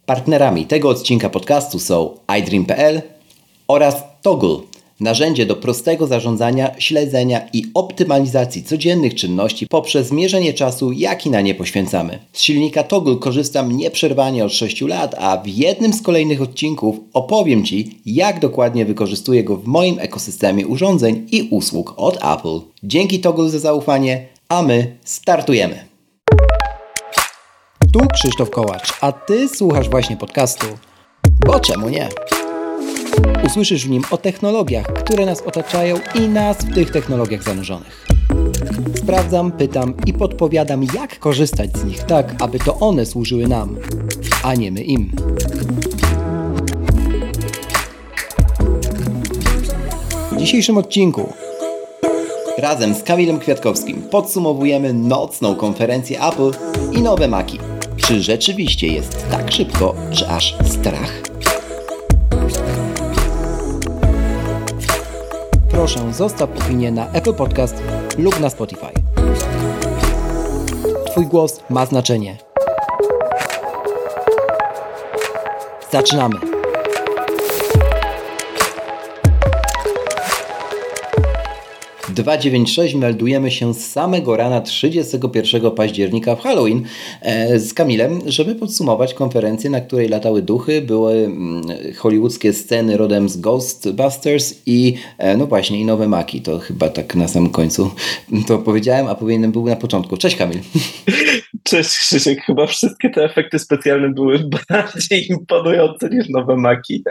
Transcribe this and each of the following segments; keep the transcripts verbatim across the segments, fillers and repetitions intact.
Partnerami tego odcinka podcastu są iDream kropka p l oraz Toggle, narzędzie do prostego zarządzania, śledzenia i optymalizacji codziennych czynności poprzez mierzenie czasu, jaki na nie poświęcamy. Z silnika Toggle korzystam nieprzerwanie od sześciu lat, a w jednym z kolejnych odcinków opowiem Ci, jak dokładnie wykorzystuję go w moim ekosystemie urządzeń i usług od Apple. Dzięki Toggle za zaufanie, a my startujemy! Tu Krzysztof Kołacz, a Ty słuchasz właśnie podcastu, bo czemu nie? Usłyszysz w nim o technologiach, które nas otaczają i nas w tych technologiach zanurzonych. Sprawdzam, pytam i podpowiadam, jak korzystać z nich tak, aby to one służyły nam, a nie my im. W dzisiejszym odcinku razem z Kamilem Kwiatkowskim podsumowujemy nocną konferencję Apple i nowe Maci. Czy rzeczywiście jest tak szybko, że aż strach? Proszę, zostaw opinię na Apple Podcast lub na Spotify. Twój głos ma znaczenie. Zaczynamy! dwa dziewięć sześć meldujemy się z samego rana trzydziestego pierwszego października w Halloween e, z Kamilem, żeby podsumować konferencję, na której latały duchy, były mm, hollywoodzkie sceny rodem z Ghostbusters i e, no właśnie i nowe Maci. To chyba tak na samym końcu to powiedziałem, a powinienem był na początku. Cześć Kamil. Cześć Krzysiek. Chyba wszystkie te efekty specjalne były bardziej imponujące niż nowe Maci.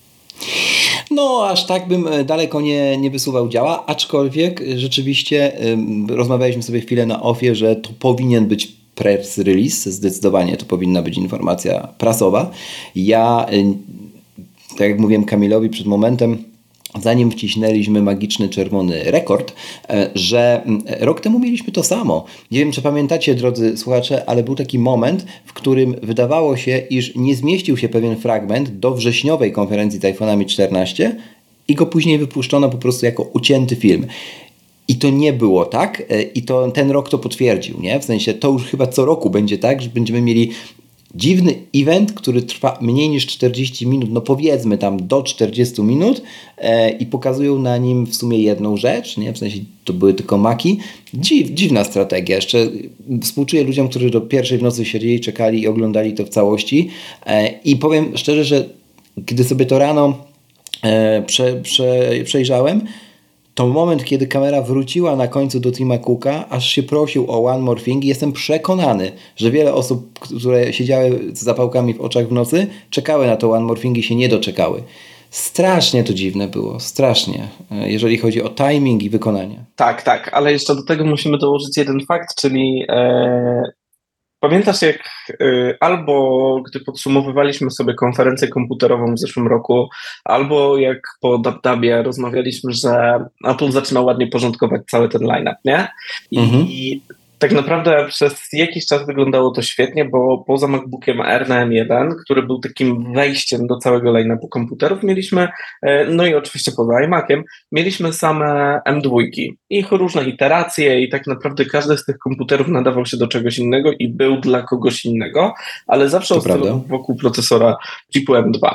No, aż tak bym daleko nie, nie wysuwał działa, aczkolwiek rzeczywiście ym, rozmawialiśmy sobie chwilę na offie, że to powinien być press release, zdecydowanie to powinna być informacja prasowa. Ja, y, tak jak mówiłem Kamilowi przed momentem, zanim wciśnęliśmy magiczny czerwony rekord, że rok temu mieliśmy to samo. Nie wiem, czy pamiętacie, drodzy słuchacze, ale był taki moment, w którym wydawało się, iż nie zmieścił się pewien fragment do wrześniowej konferencji z iPhone'ami czternaście i go później wypuszczono po prostu jako ucięty film. I to nie było tak i to ten rok to potwierdził, nie? W sensie to już chyba co roku będzie tak, że będziemy mieli dziwny event, który trwa mniej niż czterdzieści minut, no powiedzmy tam do czterdziestu minut e, i pokazują na nim w sumie jedną rzecz, nie? W sensie to były tylko Maci. Dziw, dziwna strategia. Jeszcze współczuję ludziom, którzy do pierwszej w nocy siedzieli, czekali i oglądali to w całości e, i powiem szczerze, że kiedy sobie to rano e, prze, prze, przejrzałem, to moment, kiedy kamera wróciła na końcu do Tima Cooka, aż się prosił o one more thing i jestem przekonany, że wiele osób, które siedziały z zapałkami w oczach w nocy, czekały na to one more thing i się nie doczekały. Strasznie to dziwne było, strasznie, jeżeli chodzi o timing i wykonanie. Tak, tak, ale jeszcze do tego musimy dołożyć jeden fakt, czyli e, pamiętasz jak e, albo gdy podsumowywaliśmy sobie konferencję komputerową w zeszłym roku, albo jak po DubDubie rozmawialiśmy, że Apple zaczyna ładnie porządkować cały ten line-up, nie? I, mhm. i tak naprawdę przez jakiś czas wyglądało to świetnie, bo poza MacBookiem Air na M jeden, który był takim wejściem do całego line-upu komputerów, mieliśmy, no i oczywiście poza iMaciem, mieliśmy same M dwa, ich różne iteracje i tak naprawdę każdy z tych komputerów nadawał się do czegoś innego i był dla kogoś innego, ale zawsze oscylował wokół procesora chipu M dwa.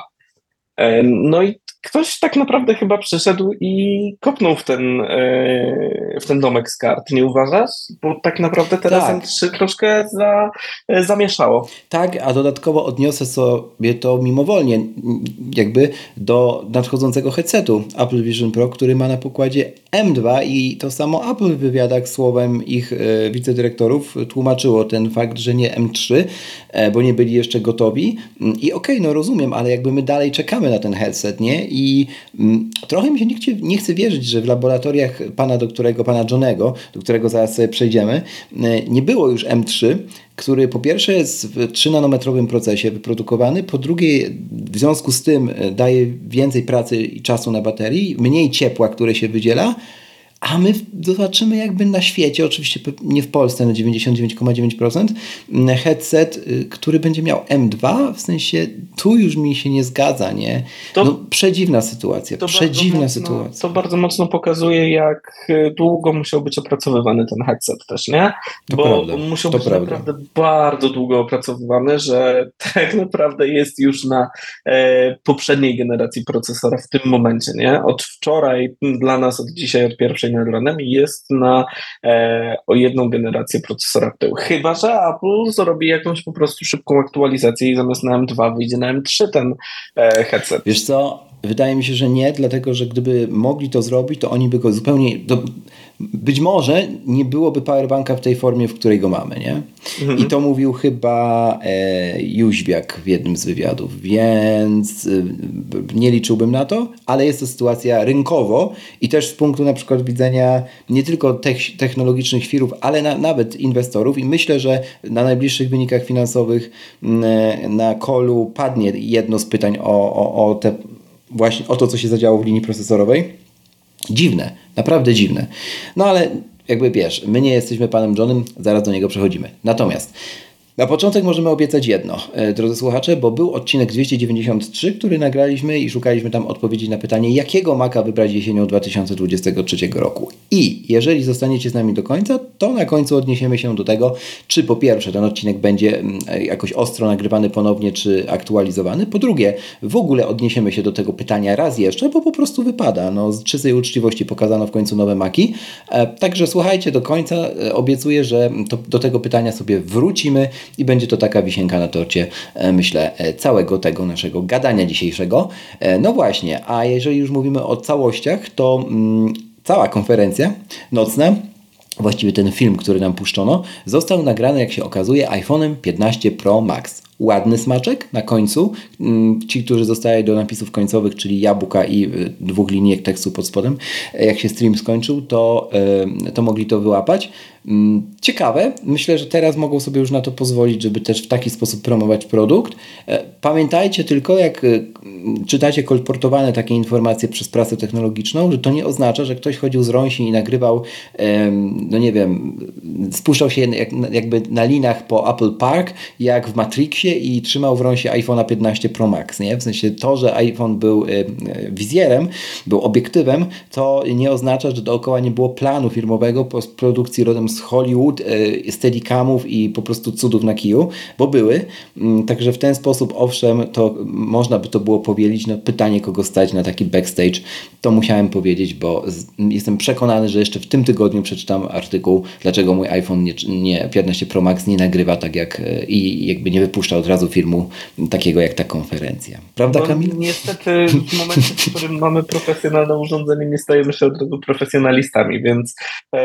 No i ktoś tak naprawdę chyba przyszedł i kopnął w ten, yy, w ten domek z kart, nie uważasz? Bo tak naprawdę teraz tak. M trzy troszkę za, yy, zamieszało. Tak, a dodatkowo odniosę sobie to mimowolnie jakby do nadchodzącego headsetu Apple Vision Pro, który ma na pokładzie M dwa i to samo Apple w wywiadach słowem ich yy, wicedyrektorów tłumaczyło ten fakt, że nie M trzy, yy, bo nie byli jeszcze gotowi i okej, okay, no rozumiem, ale jakby my dalej czekamy na ten headset, nie? I mm, trochę mi się nie, chcie, nie chce wierzyć, że w laboratoriach pana doktorego, pana Johnego, do którego zaraz sobie przejdziemy, nie było już M trzy, który po pierwsze jest w trzynaноmetrowym procesie wyprodukowany, po drugie w związku z tym daje więcej pracy i czasu na baterii, mniej ciepła, które się wydziela, a my zobaczymy jakby na świecie, oczywiście nie w Polsce na dziewięćdziesiąt dziewięć przecinek dziewięć procent, headset, który będzie miał M dwa, w sensie tu już mi się nie zgadza, nie? To, no, przedziwna sytuacja, to przedziwna mocno, sytuacja. To bardzo mocno pokazuje, jak długo musiał być opracowywany ten headset też, nie? To Bo prawda, on musiał to być prawda. naprawdę bardzo długo opracowywany, że tak naprawdę jest już na e, poprzedniej generacji procesora w tym momencie, nie? Od wczoraj dla nas, od dzisiaj, od pierwszej nad ranem jest na e, o jedną generację procesora w tył. Chyba że Apple zrobi jakąś po prostu szybką aktualizację i zamiast na M dwa wyjdzie na M trzy ten e, headset. Wiesz co? Wydaje mi się, że nie, dlatego że gdyby mogli to zrobić, to oni by go zupełnie... To być może nie byłoby powerbanka w tej formie, w której go mamy, nie? Mhm. I to mówił chyba e, Jóźwiak w jednym z wywiadów, więc e, nie liczyłbym na to, ale jest to sytuacja rynkowo i też z punktu na przykład widzenia nie tylko tech, technologicznych firm, ale na, nawet inwestorów i myślę, że na najbliższych wynikach finansowych m, na callu padnie jedno z pytań o, o, o te właśnie o to, co się zadziało w linii procesorowej. Dziwne, naprawdę dziwne. No ale jakby wiesz, my nie jesteśmy panem Johnem, zaraz do niego przechodzimy. Natomiast na początek możemy obiecać jedno, drodzy słuchacze, bo był odcinek dwieście dziewięćdziesiąt trzy, który nagraliśmy i szukaliśmy tam odpowiedzi na pytanie, jakiego Maca wybrać jesienią dwa tysiące dwudziestego trzeciego roku. I jeżeli zostaniecie z nami do końca, to na końcu odniesiemy się do tego, czy po pierwsze ten odcinek będzie jakoś ostro nagrywany ponownie, czy aktualizowany. Po drugie, w ogóle odniesiemy się do tego pytania raz jeszcze, bo po prostu wypada. No, z czystej uczciwości pokazano w końcu nowe Maci. Także słuchajcie do końca. Obiecuję, że to, do tego pytania sobie wrócimy. I będzie to taka wisienka na torcie, myślę, całego tego naszego gadania dzisiejszego. No właśnie, a jeżeli już mówimy o całościach, to mm, cała konferencja nocna, właściwie ten film, który nam puszczono, został nagrany, jak się okazuje, iPhone'em piętnaście Pro Max. Ładny smaczek na końcu. Ci, którzy zostali do napisów końcowych, czyli jabłka i dwóch linijek tekstu pod spodem, jak się stream skończył, to, to mogli to wyłapać. Ciekawe. Myślę, że teraz mogą sobie już na to pozwolić, żeby też w taki sposób promować produkt. Pamiętajcie tylko, jak czytacie kolportowane takie informacje przez prasę technologiczną, że to nie oznacza, że ktoś chodził z rąsi i nagrywał, no nie wiem, spuszczał się jakby na linach po Apple Park, jak w Matrixie i trzymał w rąsie iPhone'a piętnaście Pro Max, nie? W sensie to, że iPhone był wizjerem, był obiektywem, to nie oznacza, że dookoła nie było planu firmowego produkcji rodem z Hollywood, steadicamów i po prostu cudów na kiju, bo były. Także w ten sposób, owszem, to można by to było powielić. No, pytanie, kogo stać na taki backstage, to musiałem powiedzieć, bo z, jestem przekonany, że jeszcze w tym tygodniu przeczytam artykuł, dlaczego mój iPhone nie, nie, piętnaście Pro Max nie nagrywa tak jak i jakby nie wypuszcza od razu filmu takiego jak ta konferencja. Prawda, no, Kamil? Niestety w momencie, w którym mamy profesjonalne urządzenie, nie stajemy się od razu profesjonalistami, więc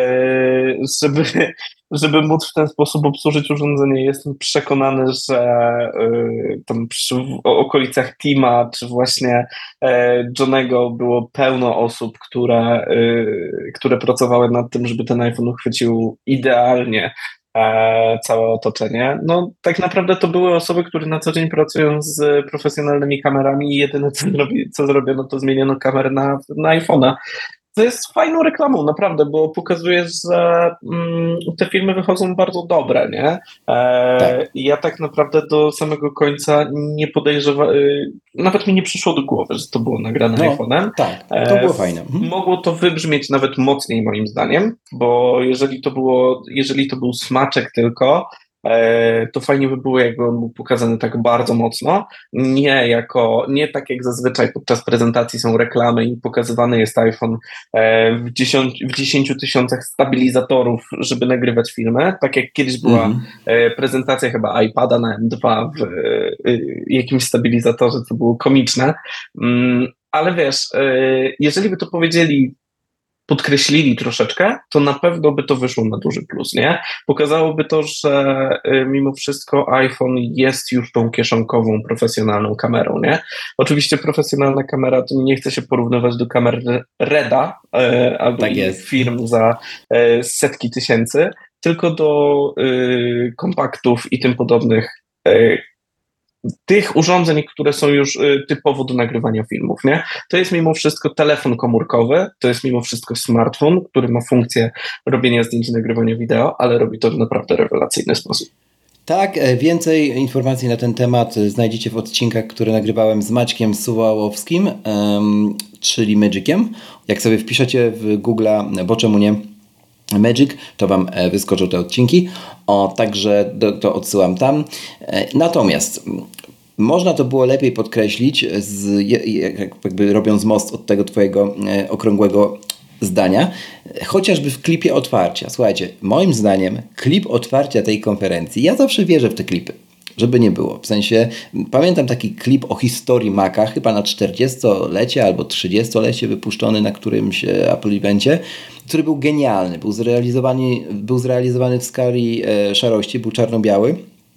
e, żeby, żeby móc w ten sposób obsłużyć urządzenie, jestem przekonany, że e, tam przy okolicach Tima, czy właśnie e, Johnego było pełno osób, które, e, które pracowały nad tym, żeby ten iPhone uchwycił idealnie E, całe otoczenie. No tak naprawdę to były osoby, które na co dzień pracują z profesjonalnymi kamerami i jedyne co, zrobi, co zrobiono, to zmieniono kamerę na, na iPhone'a. To jest fajną reklamą, naprawdę, bo pokazuje, że mm, te filmy wychodzą bardzo dobre, nie? E, tak. Ja tak naprawdę do samego końca nie podejrzewałem, nawet mi nie przyszło do głowy, że to było nagrane no, iPhone'em. Tak, to było e, fajne. Mhm. Mogło to wybrzmieć nawet mocniej moim zdaniem, bo jeżeli to było, jeżeli to był smaczek tylko, to fajnie by było, jakby on był pokazany tak bardzo mocno, nie jako, nie tak jak zazwyczaj podczas prezentacji są reklamy i pokazywany jest iPhone w, dziesięć, w dziesięciu tysiącach stabilizatorów, żeby nagrywać filmy, tak jak kiedyś była mm. prezentacja chyba iPada na M dwa w jakimś stabilizatorze, co było komiczne, ale wiesz, jeżeli by to powiedzieli, podkreślili troszeczkę, to na pewno by to wyszło na duży plus, nie? Pokazałoby to, że mimo wszystko iPhone jest już tą kieszonkową, profesjonalną kamerą, nie? Oczywiście profesjonalna kamera, to nie chce się porównywać do kamer Reda e, albo tak firm za e, setki tysięcy, tylko do e, kompaktów i tym podobnych e, tych urządzeń, które są już typowo do nagrywania filmów, nie? To jest mimo wszystko telefon komórkowy, to jest mimo wszystko smartfon, który ma funkcję robienia zdjęć i nagrywania wideo, ale robi to w naprawdę rewelacyjny sposób. Tak, więcej informacji na ten temat znajdziecie w odcinkach, które nagrywałem z Maćkiem Suwałowskim, um, czyli Magiciem. Jak sobie wpiszecie w Google'a, bo czemu nie, Magic, to Wam wyskoczą te odcinki. O, także to, to odsyłam tam. Natomiast można to było lepiej podkreślić, z, jakby robiąc most od tego Twojego okrągłego zdania, chociażby w klipie otwarcia. Słuchajcie, moim zdaniem klip otwarcia tej konferencji, ja zawsze wierzę w te klipy, żeby nie było. W sensie, pamiętam taki klip o historii Maca, chyba na czterdziestolecie albo trzydziestolecie wypuszczony na którymś Apple evencie, który był genialny, był zrealizowany, był zrealizowany w skali e, szarości, był czarno-biały.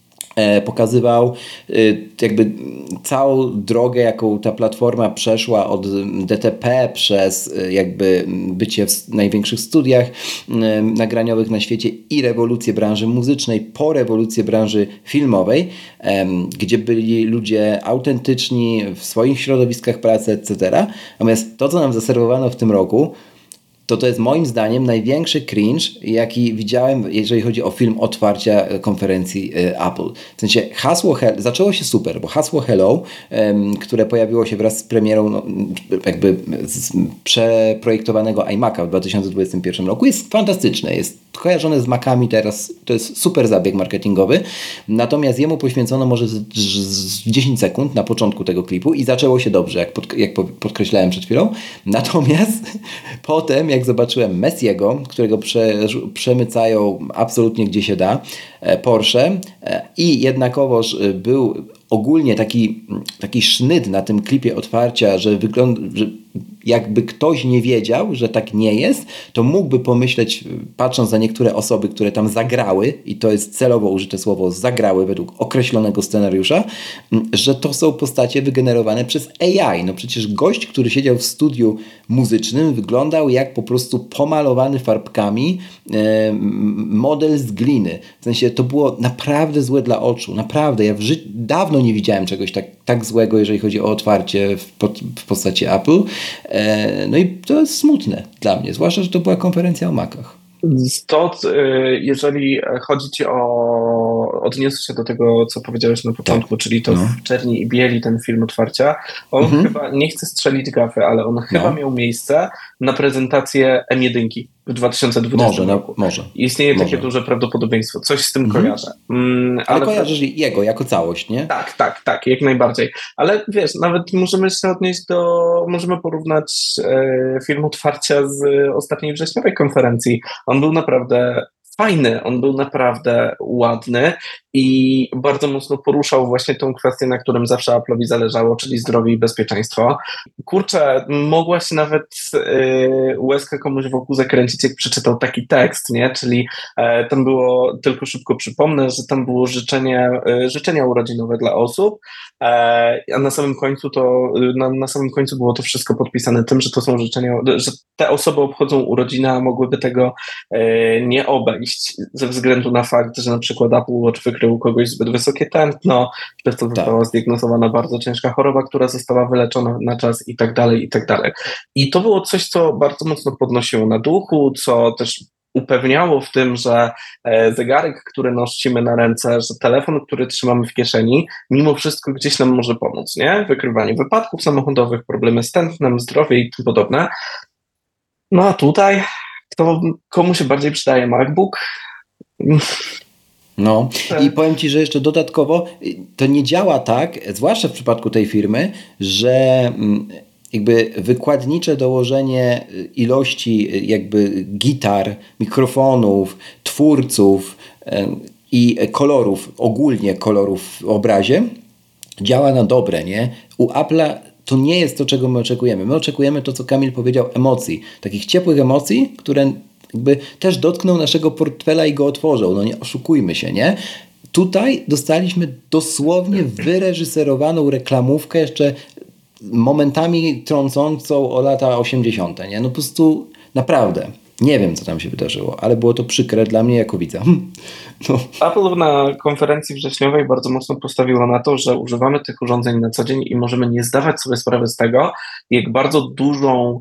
Pokazywał jakby całą drogę, jaką ta platforma przeszła od D T P przez jakby bycie w największych studiach nagraniowych na świecie i rewolucję branży muzycznej po rewolucję branży filmowej, gdzie byli ludzie autentyczni w swoich środowiskach pracy, et cetera. Natomiast to, co nam zaserwowano w tym roku, to to jest moim zdaniem największy cringe, jaki widziałem, jeżeli chodzi o film otwarcia konferencji Apple. W sensie hasło, he- zaczęło się super, bo hasło Hello, um, które pojawiło się wraz z premierą no, jakby z przeprojektowanego iMac'a w dwa tysiące dwudziestym pierwszym roku, jest fantastyczne, jest kojarzone z Macami teraz, to jest super zabieg marketingowy, natomiast jemu poświęcono może z, z dziesięć sekund na początku tego klipu i zaczęło się dobrze, jak, pod, jak podkreślałem przed chwilą, natomiast potem jak zobaczyłem Messiego, którego prze, przemycają absolutnie gdzie się da, Porsche i jednakowoż był ogólnie taki, taki sznyt na tym klipie otwarcia, że wygląda, że jakby ktoś nie wiedział, że tak nie jest, to mógłby pomyśleć, patrząc na niektóre osoby, które tam zagrały, i to jest celowo użyte słowo zagrały według określonego scenariusza, że to są postacie wygenerowane przez A I. No przecież gość, który siedział w studiu muzycznym, wyglądał jak po prostu pomalowany farbkami e, model z gliny. W sensie to było naprawdę złe dla oczu. Naprawdę. Ja w ży- dawno nie widziałem czegoś tak, tak złego, jeżeli chodzi o otwarcie w, pod, w postaci Apple. E, no i to jest smutne dla mnie. Zwłaszcza, że to była konferencja o Macach. To, jeżeli chodzi ci o, odniosę się do tego, co powiedziałeś na początku, tak. Czyli to no. w czerni i bieli ten film otwarcia, on mhm. chyba, nie chcę strzelić gafy, ale on no. chyba miał miejsce na prezentację M jeden w dwa tysiące dwudziestym może, roku. No, może. Istnieje może. takie duże prawdopodobieństwo. Coś z tym mhm. kojarzę. Mm, ale, ale kojarzysz jego jako całość, nie? Tak, tak, tak, jak najbardziej. Ale wiesz, nawet możemy się odnieść do, możemy porównać e, film otwarcia z ostatniej wrześniowej konferencji. On był naprawdę fajny, on był naprawdę ładny i bardzo mocno poruszał właśnie tą kwestię, na którym zawsze Apple'owi zależało, czyli zdrowie i bezpieczeństwo. Kurczę, mogła się nawet yy, łezkę komuś wokół zakręcić, jak przeczytał taki tekst, nie? Czyli e, tam było, tylko szybko przypomnę, że tam było życzenie, e, życzenia urodzinowe dla osób, e, a na samym końcu to, na, na samym końcu było to wszystko podpisane tym, że to są życzenia, że te osoby obchodzą urodziny, a mogłyby tego e, nie obejść ze względu na fakt, że na przykład Apple Watch wykrył u kogoś zbyt wysokie tętno, przez to została tak. zdiagnozowana bardzo ciężka choroba, która została wyleczona na czas i tak dalej, i tak dalej. I to było coś, co bardzo mocno podnosiło na duchu, co też upewniało w tym, że zegarek, który nosimy na ręce, że telefon, który trzymamy w kieszeni, mimo wszystko gdzieś nam może pomóc, nie? Wykrywanie wypadków samochodowych, problemy z tętnem, zdrowie i tym podobne. No a tutaj to komu się bardziej przydaje MacBook? No i powiem Ci, że jeszcze dodatkowo to nie działa tak, zwłaszcza w przypadku tej firmy, że jakby wykładnicze dołożenie ilości jakby gitar, mikrofonów, twórców i kolorów, ogólnie kolorów w obrazie działa na dobre, nie? U Apple'a to nie jest to, czego my oczekujemy. My oczekujemy to, co Kamil powiedział, emocji. Takich ciepłych emocji, które jakby też dotknął naszego portfela i go otworzą. No nie oszukujmy się, nie? Tutaj dostaliśmy dosłownie wyreżyserowaną reklamówkę, jeszcze momentami trącącą o lata osiemdziesiąte, nie? No po prostu naprawdę. Nie wiem, co tam się wydarzyło, ale było to przykre dla mnie jako widza. No. Apple na konferencji wrześniowej bardzo mocno postawiło na to, że używamy tych urządzeń na co dzień i możemy nie zdawać sobie sprawy z tego, jak bardzo dużą,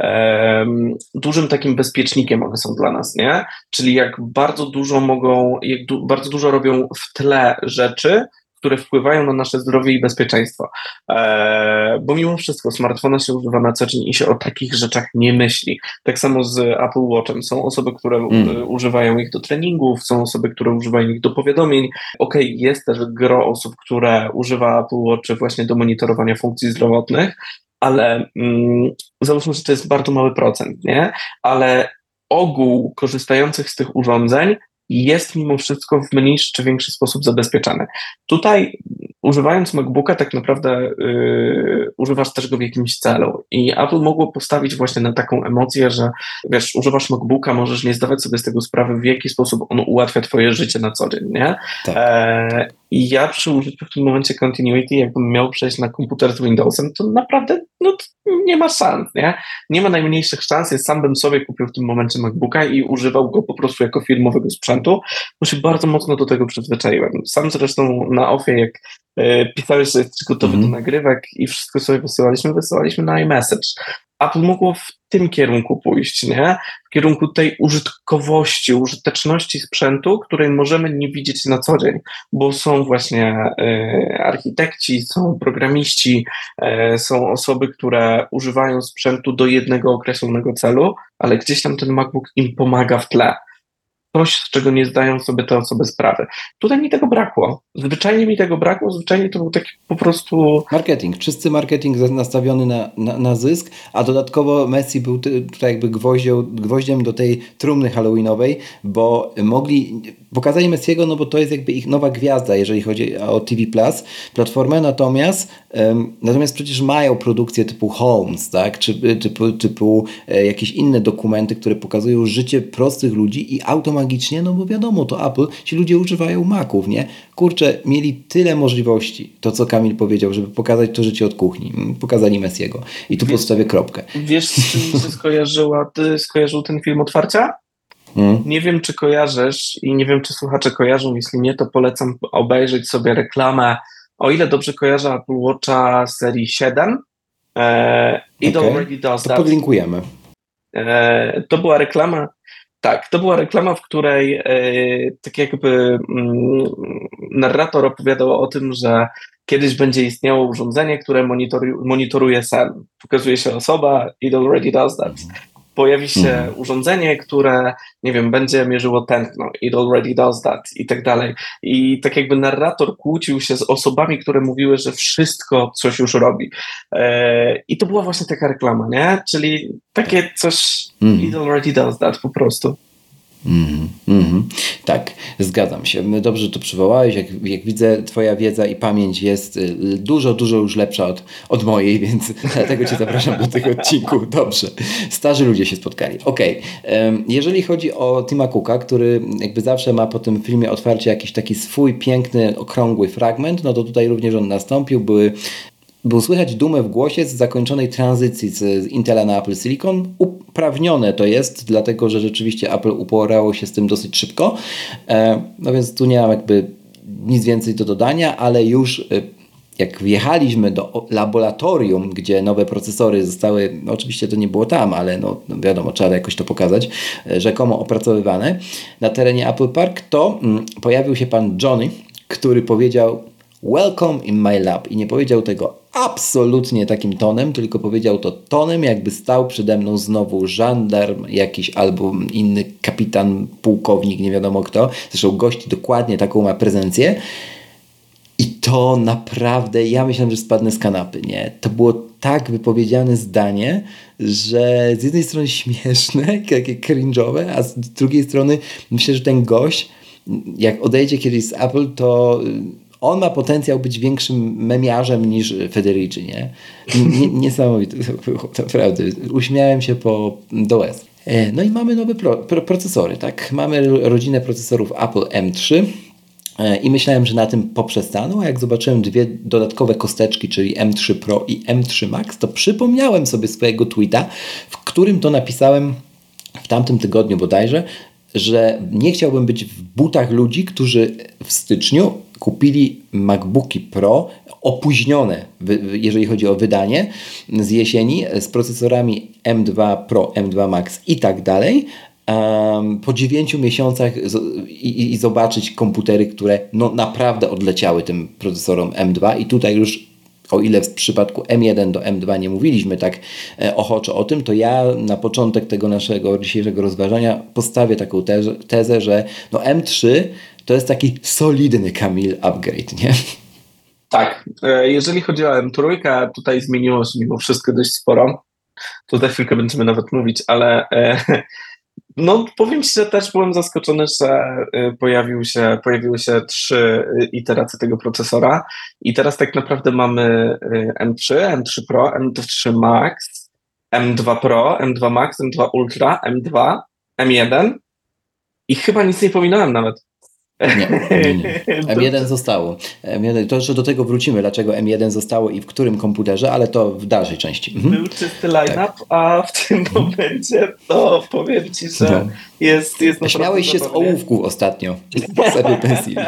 um, dużym takim bezpiecznikiem one są dla nas, nie? Czyli jak bardzo dużo mogą, jak du- bardzo dużo robią w tle rzeczy, które wpływają na nasze zdrowie i bezpieczeństwo. Eee, bo mimo wszystko smartfona się używa na co dzień i się o takich rzeczach nie myśli. Tak samo z Apple Watchem. Są osoby, które mm. używają ich do treningów, są osoby, które używają ich do powiadomień. Okej, okay, jest też gro osób, które używa Apple Watch właśnie do monitorowania funkcji zdrowotnych, ale mm, załóżmy, że to jest bardzo mały procent, nie? Ale ogół korzystających z tych urządzeń jest mimo wszystko w mniejszy czy większy sposób zabezpieczany. Tutaj używając MacBooka tak naprawdę yy, używasz też go w jakimś celu i Apple mogło postawić właśnie na taką emocję, że wiesz, używasz MacBooka, możesz nie zdawać sobie z tego sprawy, w jaki sposób on ułatwia twoje życie na co dzień, nie? Tak. E, I ja przy użyciu w tym momencie Continuity, jakbym miał przejść na komputer z Windowsem, to naprawdę no, nie ma szans, nie? Nie ma najmniejszych szans, ja sam bym sobie kupił w tym momencie MacBooka i używał go po prostu jako firmowego sprzętu, bo się bardzo mocno do tego przyzwyczaiłem. Sam zresztą na ofie, jak e, pisałeś, że jesteś gotowy mm-hmm. do nagrywek i wszystko sobie wysyłaliśmy, wysyłaliśmy na iMessage. Apple mogło w tym kierunku pójść, nie? W kierunku tej użytkowości, użyteczności sprzętu, której możemy nie widzieć na co dzień, bo są właśnie y, architekci, są programiści, y, są osoby, które używają sprzętu do jednego określonego celu, ale gdzieś tam ten MacBook im pomaga w tle. Coś, z czego nie zdają sobie te osoby sprawy. Tutaj mi tego brakło. Zwyczajnie mi tego brakło, zwyczajnie to był taki po prostu... Marketing. Czysty marketing nastawiony na, na, na zysk, a dodatkowo Messi był tutaj jakby gwoździem, gwoździem do tej trumny halloweenowej, bo mogli... Pokazali Messiego, no bo to jest jakby ich nowa gwiazda, jeżeli chodzi o T V Plus platformę, natomiast um, natomiast przecież mają produkcje typu Holmes, tak? Czy, typu, typu e, jakieś inne dokumenty, które pokazują życie prostych ludzi i automagicznie, no bo wiadomo, to Apple, ci ludzie używają Maców, nie? Kurczę, mieli tyle możliwości, to co Kamil powiedział, żeby pokazać to życie od kuchni. Pokazali Messiego. I tu postawię kropkę. Wiesz, z czym mi się skojarzyła, ty skojarzył ten film Otwarcia? Hmm. Nie wiem, czy kojarzysz i nie wiem, czy słuchacze kojarzą, jeśli nie, to polecam obejrzeć sobie reklamę, o ile dobrze kojarzę, Apple Watcha serii siedem. E, It okay. Already Does to That. Podlinkujemy. E, to była reklama, tak, to była reklama, w której e, tak jakby mm, narrator opowiadał o tym, że kiedyś będzie istniało urządzenie, które monitoru, monitoruje sen. Pokazuje się osoba, it already does that. Pojawi się hmm. urządzenie, które, nie wiem, będzie mierzyło tętno, it already does that i tak dalej. I tak jakby narrator kłócił się z osobami, które mówiły, że wszystko coś już robi. E, I to była właśnie taka reklama, nie? Czyli takie coś, hmm. it already does that po prostu. Mm, mm, tak, zgadzam się. Dobrze to przywołałeś. Jak, jak widzę, twoja wiedza i pamięć jest dużo, dużo już lepsza od, od mojej, więc dlatego cię zapraszam do tych odcinków. Dobrze. Starzy ludzie się spotkali. Okej. Okay. Jeżeli chodzi o Tima Cooka, który jakby zawsze ma po tym filmie Otwarcie jakiś taki swój piękny, okrągły fragment, no to tutaj również on nastąpił. Były Był słychać dumę w głosie z zakończonej tranzycji z Intela na Apple Silicon. Uprawnione to jest, dlatego że rzeczywiście Apple uporało się z tym dosyć szybko. No więc tu nie mam jakby nic więcej do dodania, ale już jak wjechaliśmy do laboratorium, gdzie nowe procesory zostały, no oczywiście to nie było tam, ale no, no wiadomo, trzeba jakoś to pokazać, rzekomo opracowywane na terenie Apple Park, to mm, pojawił się pan Johnny, który powiedział welcome in my lab i nie powiedział tego absolutnie takim tonem, tylko powiedział to tonem, jakby stał przede mną znowu żandarm jakiś albo inny kapitan, pułkownik, nie wiadomo kto. Zresztą gość dokładnie taką ma prezencję. I to naprawdę, ja myślałem, że spadnę z kanapy, nie? To było tak wypowiedziane zdanie, że z jednej strony śmieszne, takie cringe'owe, a z drugiej strony myślę, że ten gość, jak odejdzie kiedyś z Apple, to on ma potencjał być większym memiarzem niż Federici, nie? Niesamowite to było, naprawdę. Uśmiałem się po do łez. No i mamy nowe pro, pro, procesory, tak? Mamy rodzinę procesorów Apple M trzy i myślałem, że na tym poprzestaną, a jak zobaczyłem dwie dodatkowe kosteczki, czyli M trzy Pro i M trzy Max, to przypomniałem sobie swojego tweeta, w którym to napisałem, w tamtym tygodniu bodajże, że nie chciałbym być w butach ludzi, którzy w styczniu kupili MacBooki Pro opóźnione, jeżeli chodzi o wydanie z jesieni, z procesorami M dwa Pro, M dwa Max i tak dalej, um, po dziewięciu miesiącach i, i zobaczyć komputery, które no naprawdę odleciały tym procesorom M dwa i tutaj już, o ile w przypadku M jeden do M dwa nie mówiliśmy tak e, ochoczo o tym, to ja na początek tego naszego dzisiejszego rozważania postawię taką tezę, tezę że no M trzy to jest taki solidny, Kamil, upgrade, nie? Tak, jeżeli chodzi o M trzy, tutaj zmieniło się mimo wszystko dość sporo. Tu za chwilkę będziemy nawet mówić, ale e, no powiem Ci, że też byłem zaskoczony, że pojawił się, pojawiły się trzy iteracje tego procesora i teraz tak naprawdę mamy M trzy, M trzy Pro, M trzy Max, M dwa Pro, M dwa Max, M dwa Ultra, M dwa, M jeden i chyba nic nie pominąłem nawet. Nie, nie, nie. M jeden zostało. M jeden, to jeszcze do tego wrócimy, dlaczego M jeden zostało i w którym komputerze, ale to w dalszej części. Mhm. Był czysty line-up, tak. A w tym momencie to powiem Ci, że no. jest, jest Śmiałeś się zabawnie. Z ołówków ostatnio. Z Apple Pencil.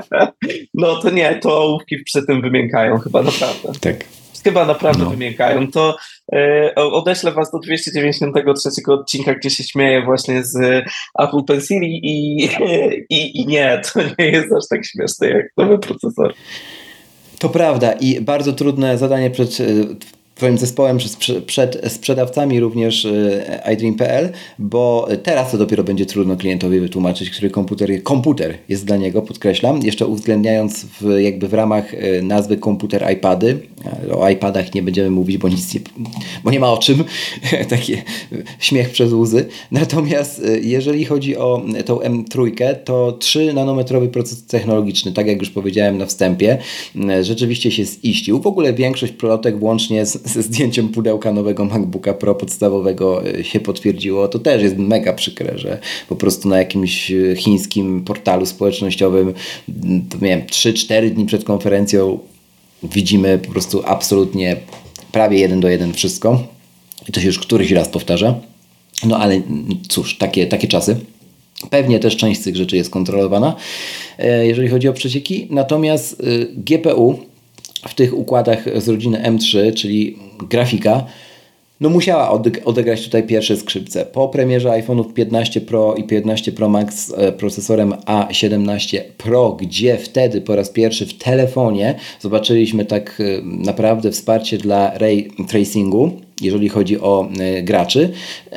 No to nie, to ołówki przy tym wymiękają chyba naprawdę. Tak. Chyba naprawdę no. wymiękają. To e, odeślę Was do dwieście dziewięćdziesiątego trzeciego odcinka, gdzie się śmieję właśnie z Apple Pencili i, i, i nie, to nie jest aż tak śmieszne jak nowy procesor. To prawda i bardzo trudne zadanie przed Twoim zespołem, przed sprzedawcami również iDream kropka p l, bo teraz to dopiero będzie trudno klientowi wytłumaczyć, który komputer, komputer jest dla niego, podkreślam, jeszcze uwzględniając w, jakby w ramach nazwy komputer iPady. O iPadach nie będziemy mówić, bo nic nie, bo nie ma o czym. Taki śmiech przez łzy. Natomiast jeżeli chodzi o tą M trzy, to trzy nanometrowy proces technologiczny, tak jak już powiedziałem na wstępie, rzeczywiście się ziścił. W ogóle większość plotek włącznie z ze zdjęciem pudełka nowego MacBooka Pro podstawowego się potwierdziło. To też jest mega przykre, że po prostu na jakimś chińskim portalu społecznościowym to nie wiem, trzy cztery dni przed konferencją widzimy po prostu absolutnie prawie jeden do jeden wszystko. I to się już któryś raz powtarza. No ale cóż, takie, takie czasy. Pewnie też część z tych rzeczy jest kontrolowana, jeżeli chodzi o przecieki. Natomiast G P U w tych układach z rodziny M trzy, czyli grafika, no musiała odegrać tutaj pierwsze skrzypce. Po premierze iPhone'ów piętnaście Pro i piętnaście Pro Max z procesorem A siedemnaście Pro, gdzie wtedy po raz pierwszy w telefonie zobaczyliśmy tak naprawdę wsparcie dla ray tracingu, jeżeli chodzi o graczy.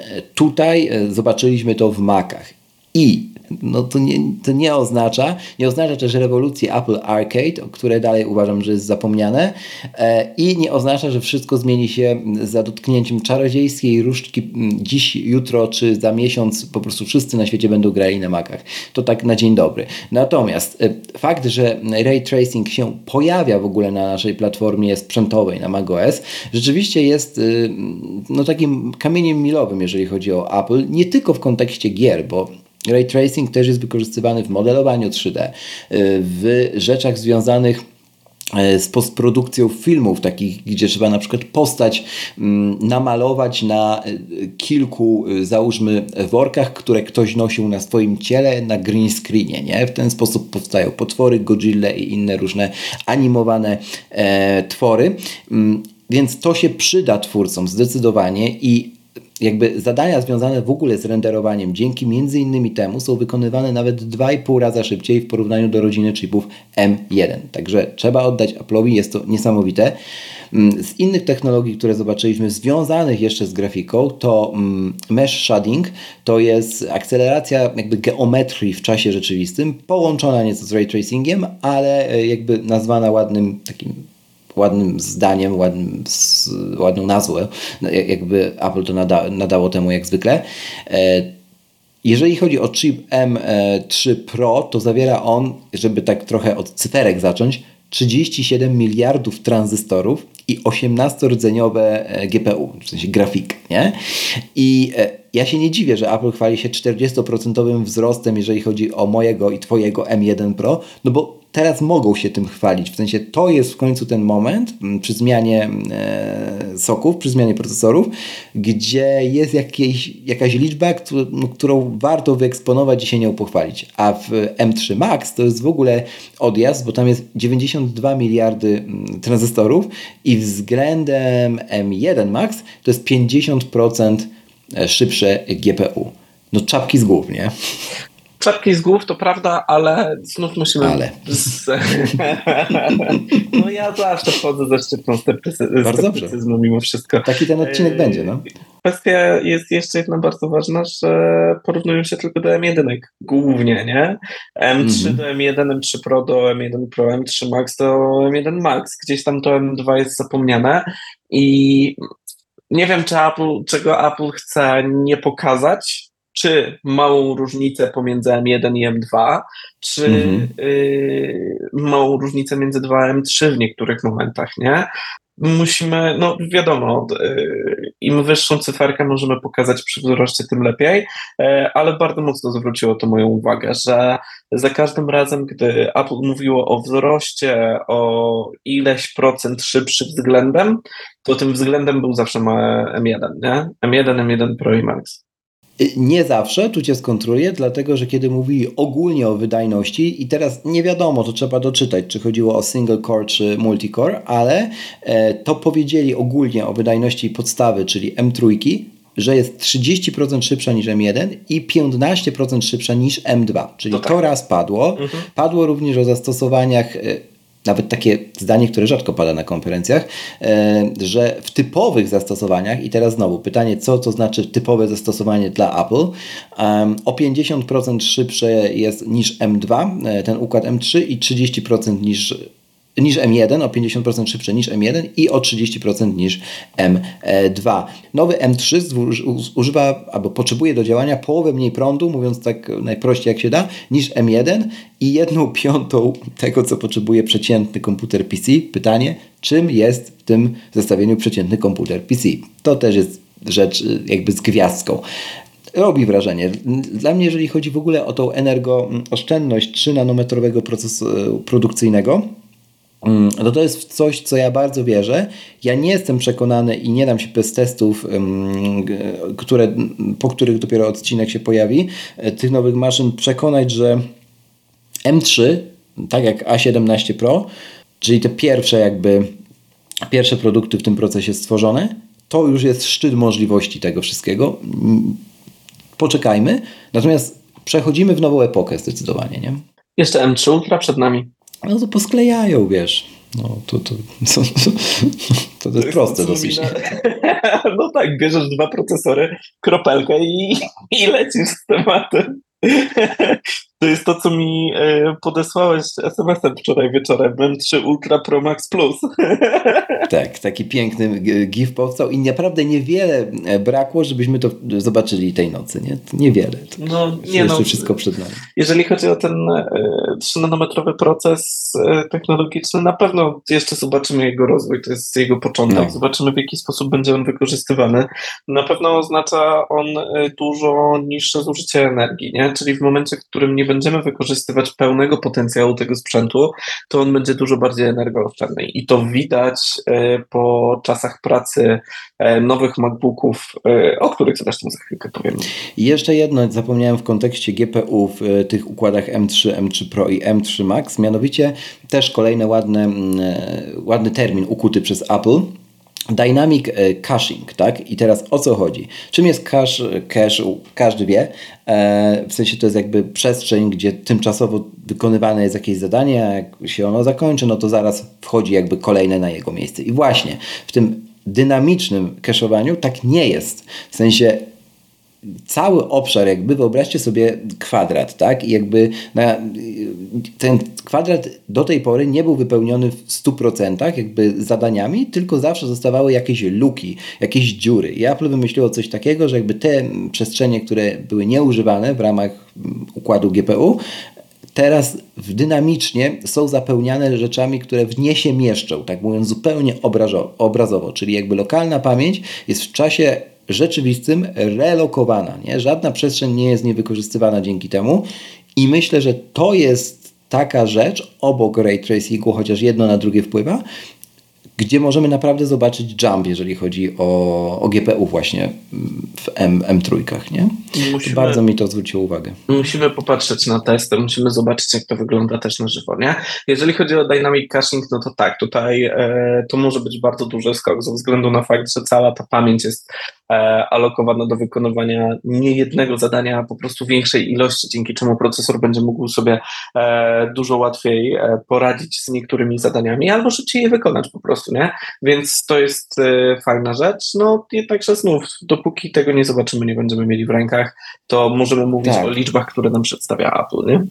Tutaj zobaczyliśmy to w Macach. I no to nie, to nie oznacza, nie oznacza też rewolucji Apple Arcade, o której dalej uważam, że jest zapomniane, e, i nie oznacza, że wszystko zmieni się za dotknięciem czarodziejskiej różdżki dziś, jutro czy za miesiąc po prostu wszyscy na świecie będą grali na Macach. To tak na dzień dobry. Natomiast e, fakt, że ray tracing się pojawia w ogóle na naszej platformie sprzętowej, na macOS, rzeczywiście jest e, no takim kamieniem milowym, jeżeli chodzi o Apple, nie tylko w kontekście gier, bo ray tracing też jest wykorzystywany w modelowaniu trzy D, w rzeczach związanych z postprodukcją filmów, takich, gdzie trzeba na przykład postać namalować na kilku, załóżmy, workach, które ktoś nosił na swoim ciele na green screenie, nie? W ten sposób powstają potwory, Godzilla i inne różne animowane e, twory. Więc to się przyda twórcom zdecydowanie i jakby zadania związane w ogóle z renderowaniem dzięki między innymi temu są wykonywane nawet dwa i pół raza szybciej w porównaniu do rodziny chipów M jeden. Także trzeba oddać Apple'owi, jest to niesamowite. Z innych technologii, które zobaczyliśmy związanych jeszcze z grafiką, to mesh shading, to jest akceleracja jakby geometrii w czasie rzeczywistym, połączona nieco z ray tracingiem, ale jakby nazwana ładnym takim ładnym zdaniem, ładnym, z, ładną nazwę, jakby Apple to nada, nadało temu jak zwykle. Jeżeli chodzi o chip M trzy Pro, to zawiera on, żeby tak trochę od cyferek zacząć, trzydzieści siedem miliardów tranzystorów i osiemnastordzeniowe G P U, w sensie grafik, nie? I ja się nie dziwię, że Apple chwali się czterdziestoprocentowym wzrostem, jeżeli chodzi o mojego i Twojego M jeden Pro, no bo teraz mogą się tym chwalić. W sensie to jest w końcu ten moment przy zmianie e, soków, przy zmianie procesorów, gdzie jest jakieś, jakaś liczba, którą, którą warto wyeksponować i się nią pochwalić. A w M trzy Max to jest w ogóle odjazd, bo tam jest dziewięćdziesiąt dwa miliardy tranzystorów i względem M jeden Max to jest pięćdziesiąt procent szybsze G P U. No czapki z głów, nie? Czapki z głów to prawda, ale znów musimy... Ale. Z... no ja zawsze wchodzę ze szczytną sceptycyzmu mimo wszystko. Taki ten odcinek e... będzie, no. Kwestia jest jeszcze jedna bardzo ważna, że porównują się tylko do M jeden głównie, nie? M trzy mm-hmm. do M jeden, M trzy Pro do M jeden Pro, M trzy Max do M jeden Max. Gdzieś tam to M dwa jest zapomniane i nie wiem, czy Apple, czego Apple chce nie pokazać, czy małą różnicę pomiędzy M jeden i M dwa, czy mm-hmm. y, małą różnicę między dwa a M trzy w niektórych momentach, nie? Musimy, no wiadomo, y, im wyższą cyferkę możemy pokazać przy wzroście, tym lepiej, y, ale bardzo mocno zwróciło to moją uwagę, że za każdym razem, gdy Apple mówiło o wzroście o ileś procent szybszy względem, to tym względem był zawsze M jeden, nie? M jeden, M jeden Pro i Max. Nie zawsze, tu cię skontruję, dlatego, że kiedy mówili ogólnie o wydajności i teraz nie wiadomo, to trzeba doczytać, czy chodziło o single core, czy multicore, ale e, to powiedzieli ogólnie o wydajności podstawy, czyli M trzy, że jest trzydzieści procent szybsza niż M jeden i piętnaście procent szybsza niż M dwa, czyli to, tak. to raz padło. Mhm. Padło również o zastosowaniach, e, nawet takie zdanie, które rzadko pada na konferencjach, że w typowych zastosowaniach, i teraz znowu pytanie, co to znaczy typowe zastosowanie dla Apple, o pięćdziesiąt procent szybsze jest niż M dwa, ten układ M trzy i trzydzieści procent niż niż M jeden, o pięćdziesiąt procent szybsze niż M jeden i o trzydzieści procent niż M dwa. Nowy M trzy używa albo potrzebuje do działania połowę mniej prądu, mówiąc tak najprościej jak się da, niż M jeden i jedną piątą tego, co potrzebuje przeciętny komputer P C. Pytanie, czym jest w tym zestawieniu przeciętny komputer P C? To też jest rzecz jakby z gwiazdką. Robi wrażenie. Dla mnie, jeżeli chodzi w ogóle o tą energooszczędność trzy nanometrowego procesu produkcyjnego, no to jest coś, co ja bardzo wierzę. Ja nie jestem przekonany i nie dam się bez testów, które, po których dopiero odcinek się pojawi, tych nowych maszyn przekonać, że M trzy, tak jak A siedemnaście Pro, czyli te pierwsze jakby pierwsze produkty w tym procesie stworzone, to już jest szczyt możliwości tego wszystkiego. Poczekajmy. Natomiast przechodzimy w nową epokę zdecydowanie, nie? Jeszcze M trzy Ultra przed nami. No to posklejają, wiesz. No to, to, to, to, to jest proste dosyć. No tak, bierzesz dwa procesory, kropelkę i, i lecisz z tematem. To jest to, co mi podesłałeś es em esem wczoraj wieczorem. M trzy Ultra Pro Max Plus. Tak, taki piękny gif powstał i naprawdę niewiele brakło, żebyśmy to zobaczyli tej nocy, nie? Niewiele. To no, nie jeszcze no, wszystko przed nami. Jeżeli chodzi o ten trzy nanometrowy proces technologiczny, na pewno jeszcze zobaczymy jego rozwój, to jest jego początek. No. Zobaczymy, w jaki sposób będzie on wykorzystywany. Na pewno oznacza on dużo niższe zużycie energii, nie? Czyli w momencie, w którym nie będziemy wykorzystywać pełnego potencjału tego sprzętu, to on będzie dużo bardziej energooszczędny. I to widać po czasach pracy nowych MacBooków, o których zresztą za chwilkę powiem. I jeszcze jedno, zapomniałem w kontekście G P U w tych układach M trzy, M trzy Pro i M trzy Max, mianowicie też kolejny ładny, ładny termin ukuty przez Apple. Dynamic caching, tak? I teraz o co chodzi? Czym jest cache? Cache każdy wie. E, w sensie to jest jakby przestrzeń, gdzie tymczasowo wykonywane jest jakieś zadanie, a jak się ono zakończy, no to zaraz wchodzi jakby kolejne na jego miejsce. I właśnie w tym dynamicznym cache'owaniu tak nie jest. W sensie cały obszar, jakby wyobraźcie sobie kwadrat, tak? I jakby na, ten kwadrat do tej pory nie był wypełniony w stu procentach jakby zadaniami, tylko zawsze zostawały jakieś luki, jakieś dziury. I Apple wymyśliło coś takiego, że jakby te przestrzenie, które były nieużywane w ramach układu G P U, teraz dynamicznie są zapełniane rzeczami, które w nie się mieszczą, tak mówiąc zupełnie obrazo- obrazowo, czyli jakby lokalna pamięć jest w czasie rzeczywistym relokowana, nie? Żadna przestrzeń nie jest niewykorzystywana dzięki temu i myślę, że to jest taka rzecz obok ray tracingu, chociaż jedno na drugie wpływa, gdzie możemy naprawdę zobaczyć jump, jeżeli chodzi o, o G P U właśnie w M, M trzy, nie? Musimy, bardzo mi to zwróciło uwagę. Musimy popatrzeć na testy, musimy zobaczyć, jak to wygląda też na żywo, nie? Jeżeli chodzi o dynamic caching, no to tak, tutaj e, to może być bardzo duży skok ze względu na fakt, że cała ta pamięć jest e, alokowana do wykonywania nie jednego zadania, a po prostu większej ilości, dzięki czemu procesor będzie mógł sobie e, dużo łatwiej e, poradzić z niektórymi zadaniami, albo szybciej je wykonać po prostu, nie? Więc to jest e, fajna rzecz, no jednakże znów, dopóki tego nie zobaczymy, nie będziemy mieli w rękach, to możemy mówić tak o liczbach, które nam przedstawia Apple, nie?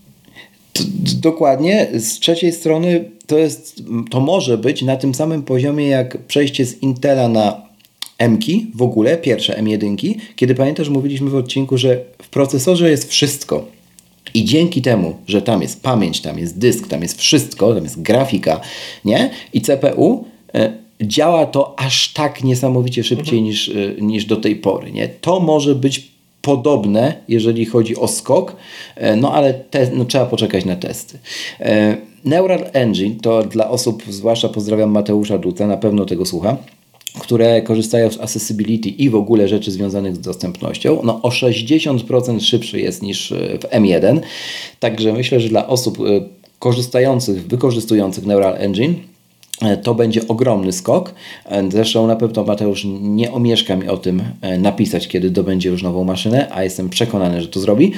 Dokładnie. Z trzeciej strony to jest, to może być na tym samym poziomie jak przejście z Intela na M-ki, w ogóle pierwsze M jeden, kiedy pamiętasz, mówiliśmy w odcinku, że w procesorze jest wszystko. I dzięki temu, że tam jest pamięć, tam jest dysk, tam jest wszystko, tam jest grafika, nie? I C P U, y, działa to aż tak niesamowicie szybciej mhm. niż, y, niż do tej pory, nie? To może być podobne, jeżeli chodzi o skok, no ale te, no, trzeba poczekać na testy. Neural Engine to dla osób, zwłaszcza pozdrawiam Mateusza Duta, na pewno tego słucha, które korzystają z accessibility i w ogóle rzeczy związanych z dostępnością, no o sześćdziesiąt procent szybszy jest niż w M jeden, także myślę, że dla osób korzystających, wykorzystujących Neural Engine to będzie ogromny skok. Zresztą na pewno Mateusz nie omieszka mi o tym napisać, kiedy dobędzie już nową maszynę, a jestem przekonany, że to zrobi.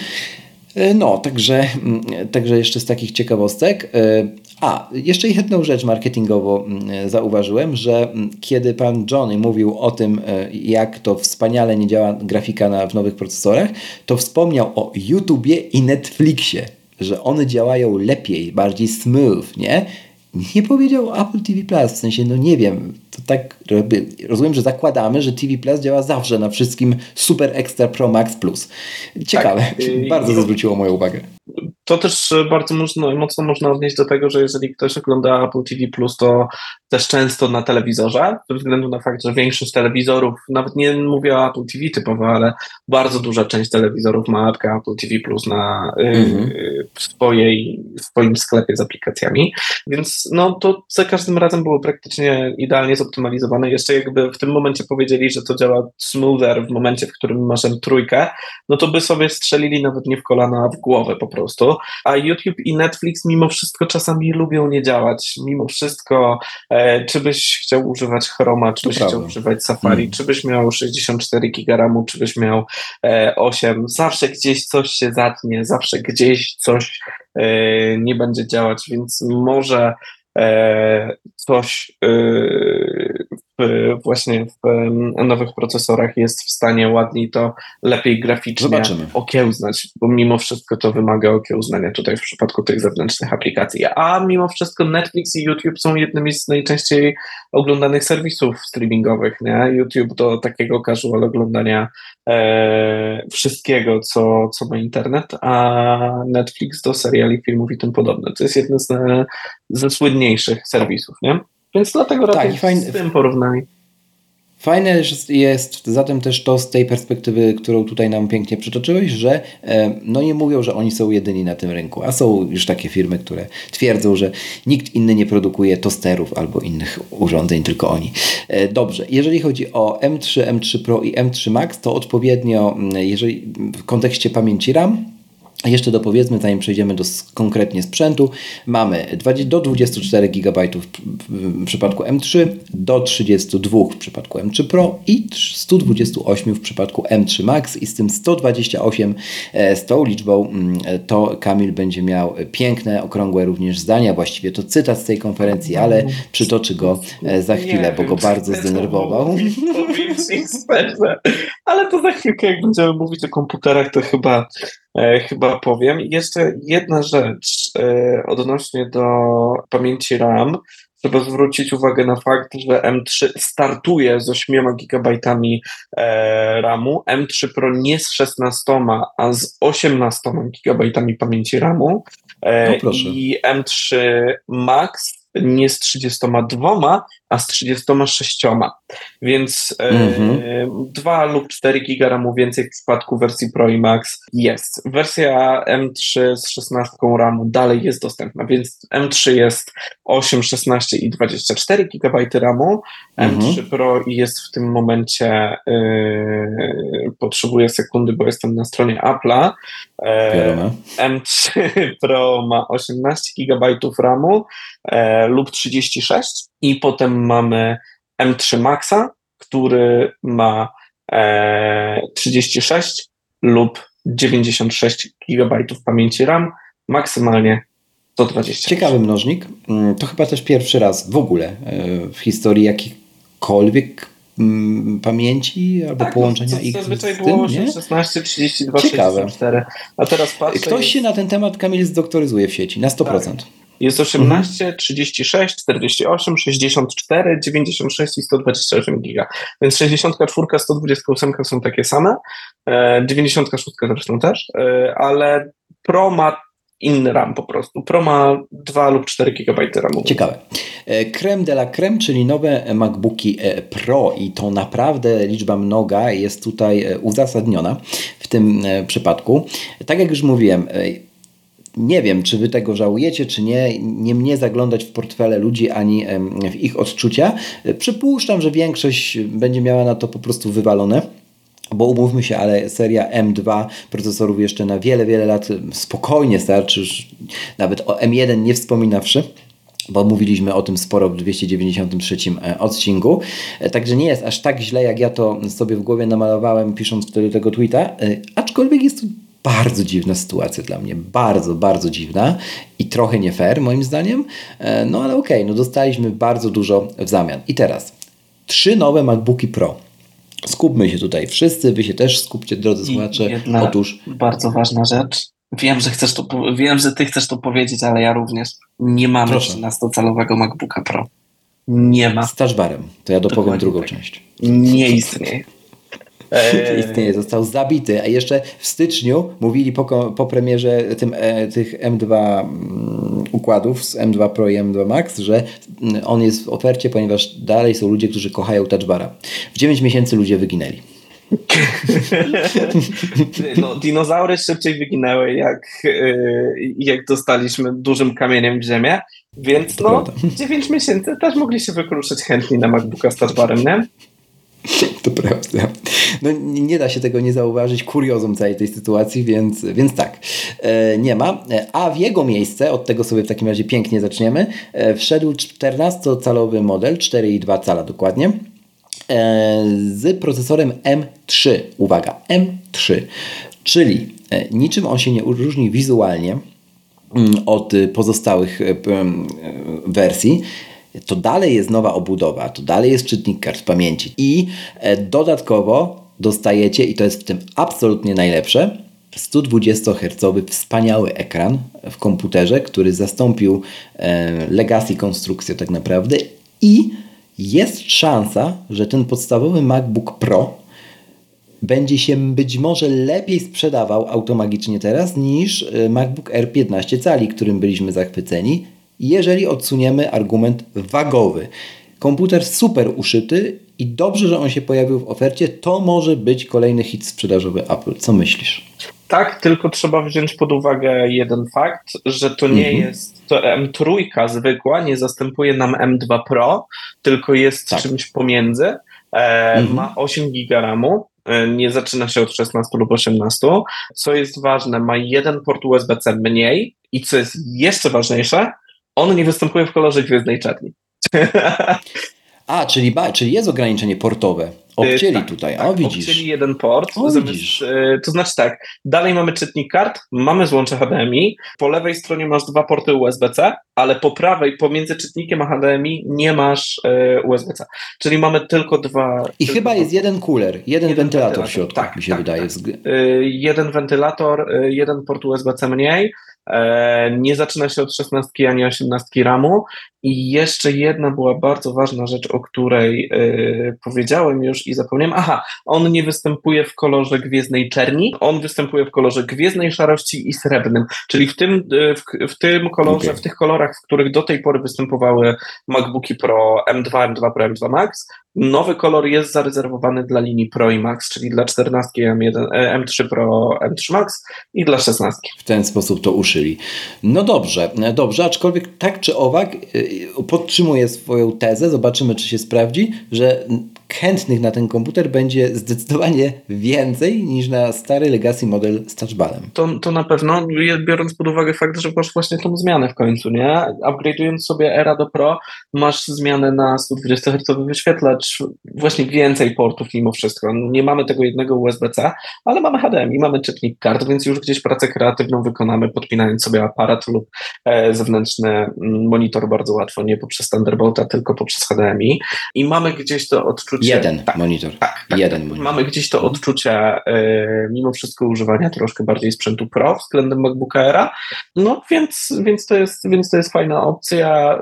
No, także, także jeszcze z takich ciekawostek. A, jeszcze jedną rzecz marketingowo zauważyłem, że kiedy pan Johnny mówił o tym, jak to wspaniale nie działa grafika na, w nowych procesorach, to wspomniał o YouTubie i Netflixie, że one działają lepiej, bardziej smooth, nie? Nie powiedział o Apple T V Plus, w sensie, no nie wiem, to tak, rozumiem, że zakładamy, że T V Plus działa zawsze na wszystkim Super Extra Pro Max Plus. Ciekawe, tak, bardzo to zwróciło moją uwagę. To też bardzo mocno, mocno można odnieść do tego, że jeżeli ktoś ogląda Apple T V Plus, to też często na telewizorze, ze względu na fakt, że większość telewizorów, nawet nie mówię o Apple T V typowo, ale bardzo duża część telewizorów ma apkę Apple T V Plus na mm-hmm. y, w, swojej, w swoim sklepie z aplikacjami, więc no to za każdym razem było praktycznie idealnie zoptymalizowane. Jeszcze jakby w tym momencie powiedzieli, że to działa smoother w momencie, w którym masz M trzy, no to by sobie strzelili nawet nie w kolana, a w głowę po prostu. A YouTube i Netflix mimo wszystko czasami lubią nie działać. Mimo wszystko, e, czy byś chciał używać Chroma, czy to byś prawda. chciał używać Safari, mm. czy byś miał sześćdziesiąt cztery giga ramu, czy byś miał e, osiem. Zawsze gdzieś coś się zatnie, zawsze gdzieś coś e, nie będzie działać, więc może e, coś e, w, właśnie w nowych procesorach jest w stanie ładniej to lepiej graficznie Zobaczymy. okiełznać, bo mimo wszystko to wymaga okiełznania tutaj w przypadku tych zewnętrznych aplikacji. A mimo wszystko Netflix i YouTube są jednymi z najczęściej oglądanych serwisów streamingowych, nie? YouTube do takiego casual oglądania e, wszystkiego, co, co ma internet, a Netflix do seriali, filmów i tym podobne. To jest jeden z, ze słynniejszych serwisów, nie? Więc dlatego tak, raczej fajne, z tym porównanie. Fajne jest zatem też to z tej perspektywy, którą tutaj nam pięknie przytoczyłeś, że no nie mówią, że oni są jedyni na tym rynku, a są już takie firmy, które twierdzą, że nikt inny nie produkuje tosterów albo innych urządzeń, tylko oni. Dobrze, jeżeli chodzi o M trzy, M trzy Pro i M trzy Max, to odpowiednio, jeżeli w kontekście pamięci RAM, jeszcze dopowiedzmy, zanim przejdziemy do konkretnie sprzętu, mamy do dwudziestu czterech gigabajtów w przypadku M trzy, do trzydziestu dwóch w przypadku M trzy Pro i stu dwudziestu ośmiu w przypadku M trzy Max i z tym sto dwadzieścia osiem, z tą liczbą to Kamil będzie miał piękne, okrągłe również zdania, właściwie to cytat z tej konferencji, ale przytoczy go za chwilę, bo go bardzo zdenerwował. Ale to za chwilkę, jak będziemy mówić o komputerach, to chyba E, chyba powiem. I jeszcze jedna rzecz e, odnośnie do pamięci RAM. Trzeba zwrócić uwagę na fakt, że M trzy startuje z ośmioma gigabajtami e, ramu, M trzy Pro nie z szesnastoma, a z osiemnastoma gigabajtami pamięci ramu e, no i M trzy Max nie z trzydziestoma dwoma, a z trzydziestoma sześcioma. Więc mm-hmm. e, dwa lub cztery giga ramu więcej w przypadku wersji Pro i Max jest. Wersja M trzy z szesnastką ramu dalej jest dostępna, więc M trzy jest osiem, szesnaście i dwadzieścia cztery gigabajty ramu. M trzy mm-hmm. Pro jest w tym momencie e, potrzebuję sekundy, bo jestem na stronie Apple'a. E, M trzy Pro ma osiemnaście gigabajtów ramu e, lub trzydzieści sześć i potem mamy M trzy Maxa, który ma e, trzydzieści sześć lub dziewięćdziesiąt sześć gigabajtów pamięci RAM, maksymalnie sto dwadzieścia. Ciekawy mnożnik. To chyba też pierwszy raz w ogóle w historii jakichkolwiek pamięci albo tak, połączenia no, ich zazwyczaj z było tym, szesnaście, trzydzieści dwa, sześćdziesiąt cztery. A teraz patrzę. Ktoś jest... się na ten temat, Kamil, zdoktoryzuje w sieci na sto procent. Tak. Jest osiemnaście, mhm. trzydzieści sześć, czterdzieści osiem, sześćdziesiąt cztery, dziewięćdziesiąt sześć i sto dwadzieścia osiem giga. Więc sześćdziesiąt cztery, sto dwadzieścia osiem są takie same, dziewięćdziesiąt sześć zresztą też, ale Pro ma inny RAM po prostu. Pro ma dwa lub cztery gigabajty ramu. Ciekawe. Creme de la creme, czyli nowe MacBooki Pro i to naprawdę liczba mnoga jest tutaj uzasadniona w tym przypadku. Tak jak już mówiłem, nie wiem, czy wy tego żałujecie, czy nie. Nie mnie zaglądać w portfele ludzi, ani w ich odczucia. Przypuszczam, że większość będzie miała na to po prostu wywalone. Bo umówmy się, ale seria M dwa procesorów jeszcze na wiele, wiele lat spokojnie starczy, już nawet o M jeden nie wspominawszy, bo mówiliśmy o tym sporo w dwieście dziewięćdziesiątym trzecim odcinku. Także nie jest aż tak źle, jak ja to sobie w głowie namalowałem, pisząc wtedy tego tweeta, aczkolwiek jest to bardzo dziwna sytuacja dla mnie, bardzo, bardzo dziwna i trochę nie fair moim zdaniem, no ale okej, okay, no dostaliśmy bardzo dużo w zamian. I teraz trzy nowe MacBooki Pro. Skupmy się tutaj wszyscy, wy się też skupcie, drodzy słuchacze. Jedna Otóż bardzo ważna rzecz. Wiem, że chcesz to, wiem, że ty chcesz to powiedzieć, ale ja również. Nie mamy trzynastocalowego MacBooka Pro. Nie ma. Z touchbarem. To ja dopowiem Dokładnie drugą tak. część. Nie istnieje. Nie istnieje, został zabity, a jeszcze w styczniu mówili po, po premierze tym, e, tych M dwa um, układów z M dwa Pro i M dwa Max, że on jest w ofercie, ponieważ dalej są ludzie, którzy kochają touchbara. W dziewięć miesięcy ludzie wyginęli. No, dinozaury szybciej wyginęły, jak, jak dostaliśmy dużym kamieniem w ziemię, więc to no prawda. dziewięć miesięcy też mogli się wykruszyć chętni na MacBooka z touchbarem, nie? To prawda. No, nie da się tego nie zauważyć, kuriozum całej tej sytuacji, więc, więc tak, e, nie ma. A w jego miejsce, od tego sobie w takim razie pięknie zaczniemy, e, wszedł czternastocalowy model, cztery i dwa cala dokładnie, e, z procesorem M trzy. Uwaga, M trzy, czyli e, niczym on się nie różni wizualnie od pozostałych e, wersji. To dalej jest nowa obudowa, to dalej jest czytnik kart pamięci i e, dodatkowo dostajecie, i to jest w tym absolutnie najlepsze, sto dwudziestohercowy wspaniały ekran w komputerze, który zastąpił e, legacy konstrukcję tak naprawdę i jest szansa, że ten podstawowy MacBook Pro będzie się być może lepiej sprzedawał automagicznie teraz niż e, MacBook Air piętnaście cali, którym byliśmy zachwyceni, jeżeli odsuniemy argument wagowy. Komputer super uszyty i dobrze, że on się pojawił w ofercie. To może być kolejny hit sprzedażowy Apple. Co myślisz? Tak, tylko trzeba wziąć pod uwagę jeden fakt, że to nie mm-hmm. jest, to M trzy zwykła nie zastępuje nam M dwa Pro, tylko jest tak. czymś pomiędzy. E, mm-hmm. Ma osiem giga ramu. Nie zaczyna się od szesnaście lub osiemnaście. Co jest ważne, ma jeden port U S B C mniej i co jest jeszcze ważniejsze, on nie występuje w kolorze gwiezdnej czerni. A, czyli, ba, czyli jest ograniczenie portowe. Obcięli tak, tutaj, tak, o widzisz. Obcięli jeden port. O, zamiast, widzisz. To znaczy tak, dalej mamy czytnik kart, mamy złącze H D M I, po lewej stronie masz dwa porty U S B C, ale po prawej, pomiędzy czytnikiem a H D M I nie masz y, U S B C. Czyli mamy tylko dwa... I tylko chyba dwa jest jeden cooler, jeden, jeden wentylator, wentylator w środku, tak, mi się tak, wydaje. Tak. Y, jeden wentylator, y, jeden port U S B C mniej, Nie zaczyna się od szesnastki ani osiemnastki ramu. I jeszcze jedna była bardzo ważna rzecz, o której yy, powiedziałem już i zapomniałem. Aha, on nie występuje w kolorze gwiezdnej czerni, on występuje w kolorze gwiezdnej szarości i srebrnym, czyli w tym, yy, w, w tym kolorze, okay. w tych kolorach, w których do tej pory występowały MacBooki Pro M dwa, M dwa Pro, M dwa Max. Nowy kolor jest zarezerwowany dla linii Pro i Max, czyli dla czternastki M jeden, M trzy Pro, M trzy Max i dla szesnastki. W ten sposób to uszyli. No dobrze, dobrze, aczkolwiek tak czy owak podtrzymuję swoją tezę, zobaczymy czy się sprawdzi, że chętnych na ten komputer będzie zdecydowanie więcej niż na stary legacy model z touchbarem. To, to na pewno, biorąc pod uwagę fakt, że masz właśnie tą zmianę w końcu, nie? Upgrade'ując sobie Era do Pro, masz zmianę na sto dwadzieścia herców wyświetlacz, właśnie więcej portów mimo wszystko. Nie mamy tego jednego U S B C, ale mamy H D M I, mamy czytnik kart, więc już gdzieś pracę kreatywną wykonamy, podpinając sobie aparat lub e, zewnętrzny monitor bardzo łatwo, nie poprzez Thunderbolta, tylko poprzez H D M I. I mamy gdzieś to odczucie... Jeden tak, monitor. Tak, tak, Jeden tak. monitor. Mamy gdzieś to odczucie y, mimo wszystko używania troszkę bardziej sprzętu Pro względem MacBooka Aira. No więc, więc, to jest, więc to jest fajna opcja.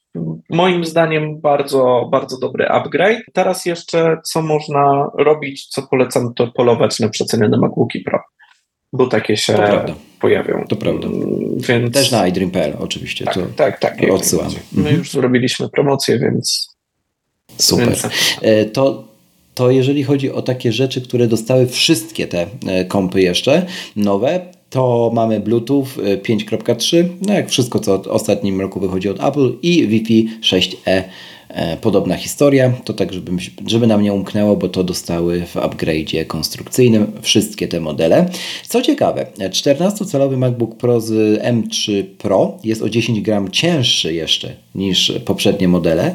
Moim zdaniem bardzo, bardzo dobry upgrade. Teraz jeszcze co można robić, co polecam, to polować na przecenione MacBooki Pro, bo takie się pojawią. To prawda. Więc... Też na iDream kropka p l oczywiście. Tak, to tak, tak. odsyłamy. My mhm. już zrobiliśmy promocję, więc... Super. Więc... To, to jeżeli chodzi o takie rzeczy, które dostały wszystkie te kompy jeszcze nowe, to mamy Bluetooth pięć kropka trzy, no jak wszystko, co w ostatnim roku wychodzi od Apple, i Wi-Fi sześć E. Podobna historia, to tak, żeby, żeby nam nie umknęło, bo to dostały w upgrade'zie konstrukcyjnym wszystkie te modele. Co ciekawe, czternastocalowy MacBook Pro z M trzy Pro jest o dziesięć gramów cięższy jeszcze niż poprzednie modele,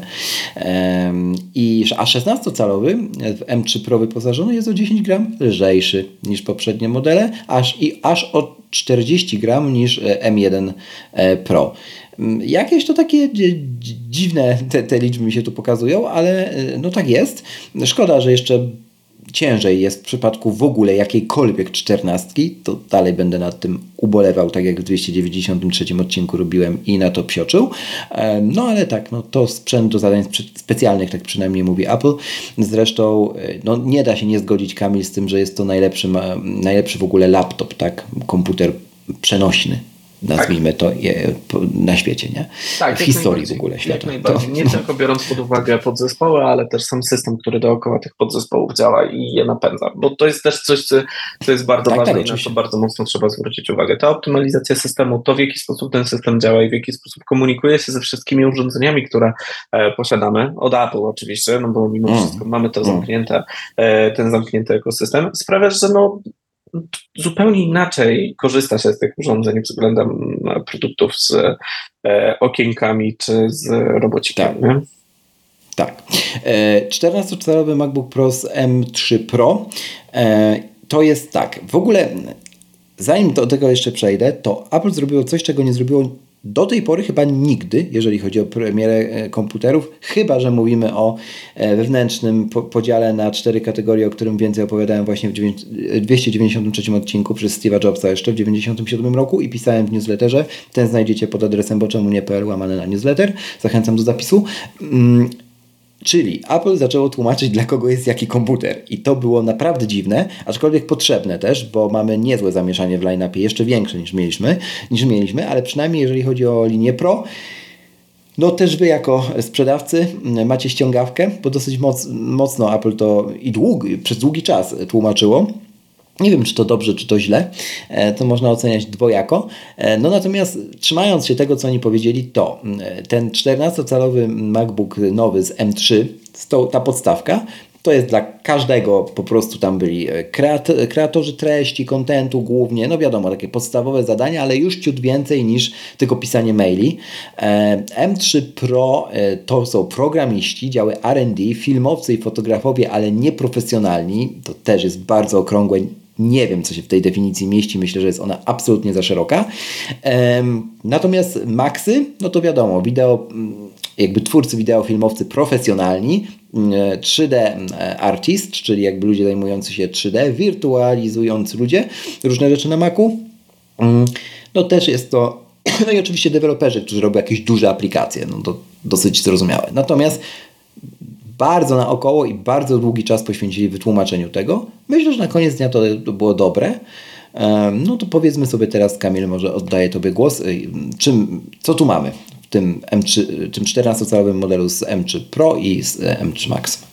i, a szesnastocalowy w M trzy Pro wyposażony jest o dziesięć gramów lżejszy niż poprzednie modele, aż, i aż o czterdzieści gramów niż M jeden Pro. Jakieś to takie dziwne te, te liczby mi się tu pokazują, ale no tak jest. Szkoda, że jeszcze ciężej jest w przypadku w ogóle jakiejkolwiek czternastki, to dalej będę nad tym ubolewał, tak jak w dwieście dziewięćdziesiątym trzecim odcinku robiłem i na to psioczył. No ale tak, no to sprzęt do zadań specjalnych, tak przynajmniej mówi Apple. Zresztą no, nie da się nie zgodzić, Kamil, z tym, że jest to najlepszy, najlepszy w ogóle laptop, tak, komputer przenośny. Nazwijmy to je, na świecie, nie? Tak, w historii w ogóle świata. Jak najbardziej. To... Nie tylko biorąc pod uwagę podzespoły, ale też sam system, który dookoła tych podzespołów działa i je napędza. Bo to jest też coś, co, co jest bardzo tak, ważne tak, i na to bardzo mocno trzeba zwrócić uwagę. Ta optymalizacja systemu, to w jaki sposób ten system działa i w jaki sposób komunikuje się ze wszystkimi urządzeniami, które e, posiadamy, od Apple oczywiście, no bo mimo mm. wszystko mamy to zamknięte, e, ten zamknięty ekosystem, sprawia, że no zupełnie inaczej korzysta się z tych urządzeń względem produktów z e, okienkami czy z robocikami. Tak. tak. E, czternastocalowy MacBook Pro z M trzy Pro e, to jest tak. W ogóle zanim do tego jeszcze przejdę, to Apple zrobiło coś, czego nie zrobiło do tej pory chyba nigdy, jeżeli chodzi o premierę komputerów, chyba że mówimy o wewnętrznym podziale na cztery kategorie, o którym więcej opowiadałem właśnie w dwieście dziewięćdziesiątym trzecim odcinku przez Steve'a Jobsa jeszcze w dziewięćdziesiątym siódmym roku i pisałem w newsletterze. Ten znajdziecie pod adresem boczemunie.pl łamane na newsletter. Zachęcam do zapisu. Czyli Apple zaczęło tłumaczyć, dla kogo jest jaki komputer. I to było naprawdę dziwne, aczkolwiek potrzebne też, bo mamy niezłe zamieszanie w line-upie, jeszcze większe niż mieliśmy, niż mieliśmy, ale przynajmniej jeżeli chodzi o linię Pro, no też wy jako sprzedawcy macie ściągawkę, bo dosyć moc, mocno Apple to i długi, przez długi czas tłumaczyło. Nie wiem, czy to dobrze, czy to źle. To można oceniać dwojako. No natomiast trzymając się tego, co oni powiedzieli, to ten czternastocalowy MacBook nowy z M trzy, ta podstawka, to jest dla każdego, po prostu tam byli kreat- kreatorzy treści, kontentu głównie, no wiadomo, takie podstawowe zadania, ale już ciut więcej niż tylko pisanie maili. M trzy Pro to są programiści, działy R and D, filmowcy i fotografowie, ale nieprofesjonalni. To też jest bardzo okrągłe. Nie wiem, co się w tej definicji mieści. Myślę, że jest ona absolutnie za szeroka. Ehm, natomiast Maxy, no to wiadomo, wideo, jakby twórcy wideo, filmowcy profesjonalni, trzy D artist, czyli jakby ludzie zajmujący się trzy D, wirtualizujący ludzie różne rzeczy na Macu. No też jest to, no i oczywiście deweloperzy, którzy robią jakieś duże aplikacje, no to dosyć zrozumiałe. Natomiast bardzo naokoło i bardzo długi czas poświęcili wytłumaczeniu tego. Myślę, że na koniec dnia to, to było dobre. No to powiedzmy sobie teraz, Kamil, może oddaję Tobie głos. Czym, co tu mamy w tym M trzy, tym czternastocalowym modelu z M trzy Pro i z M trzy Max?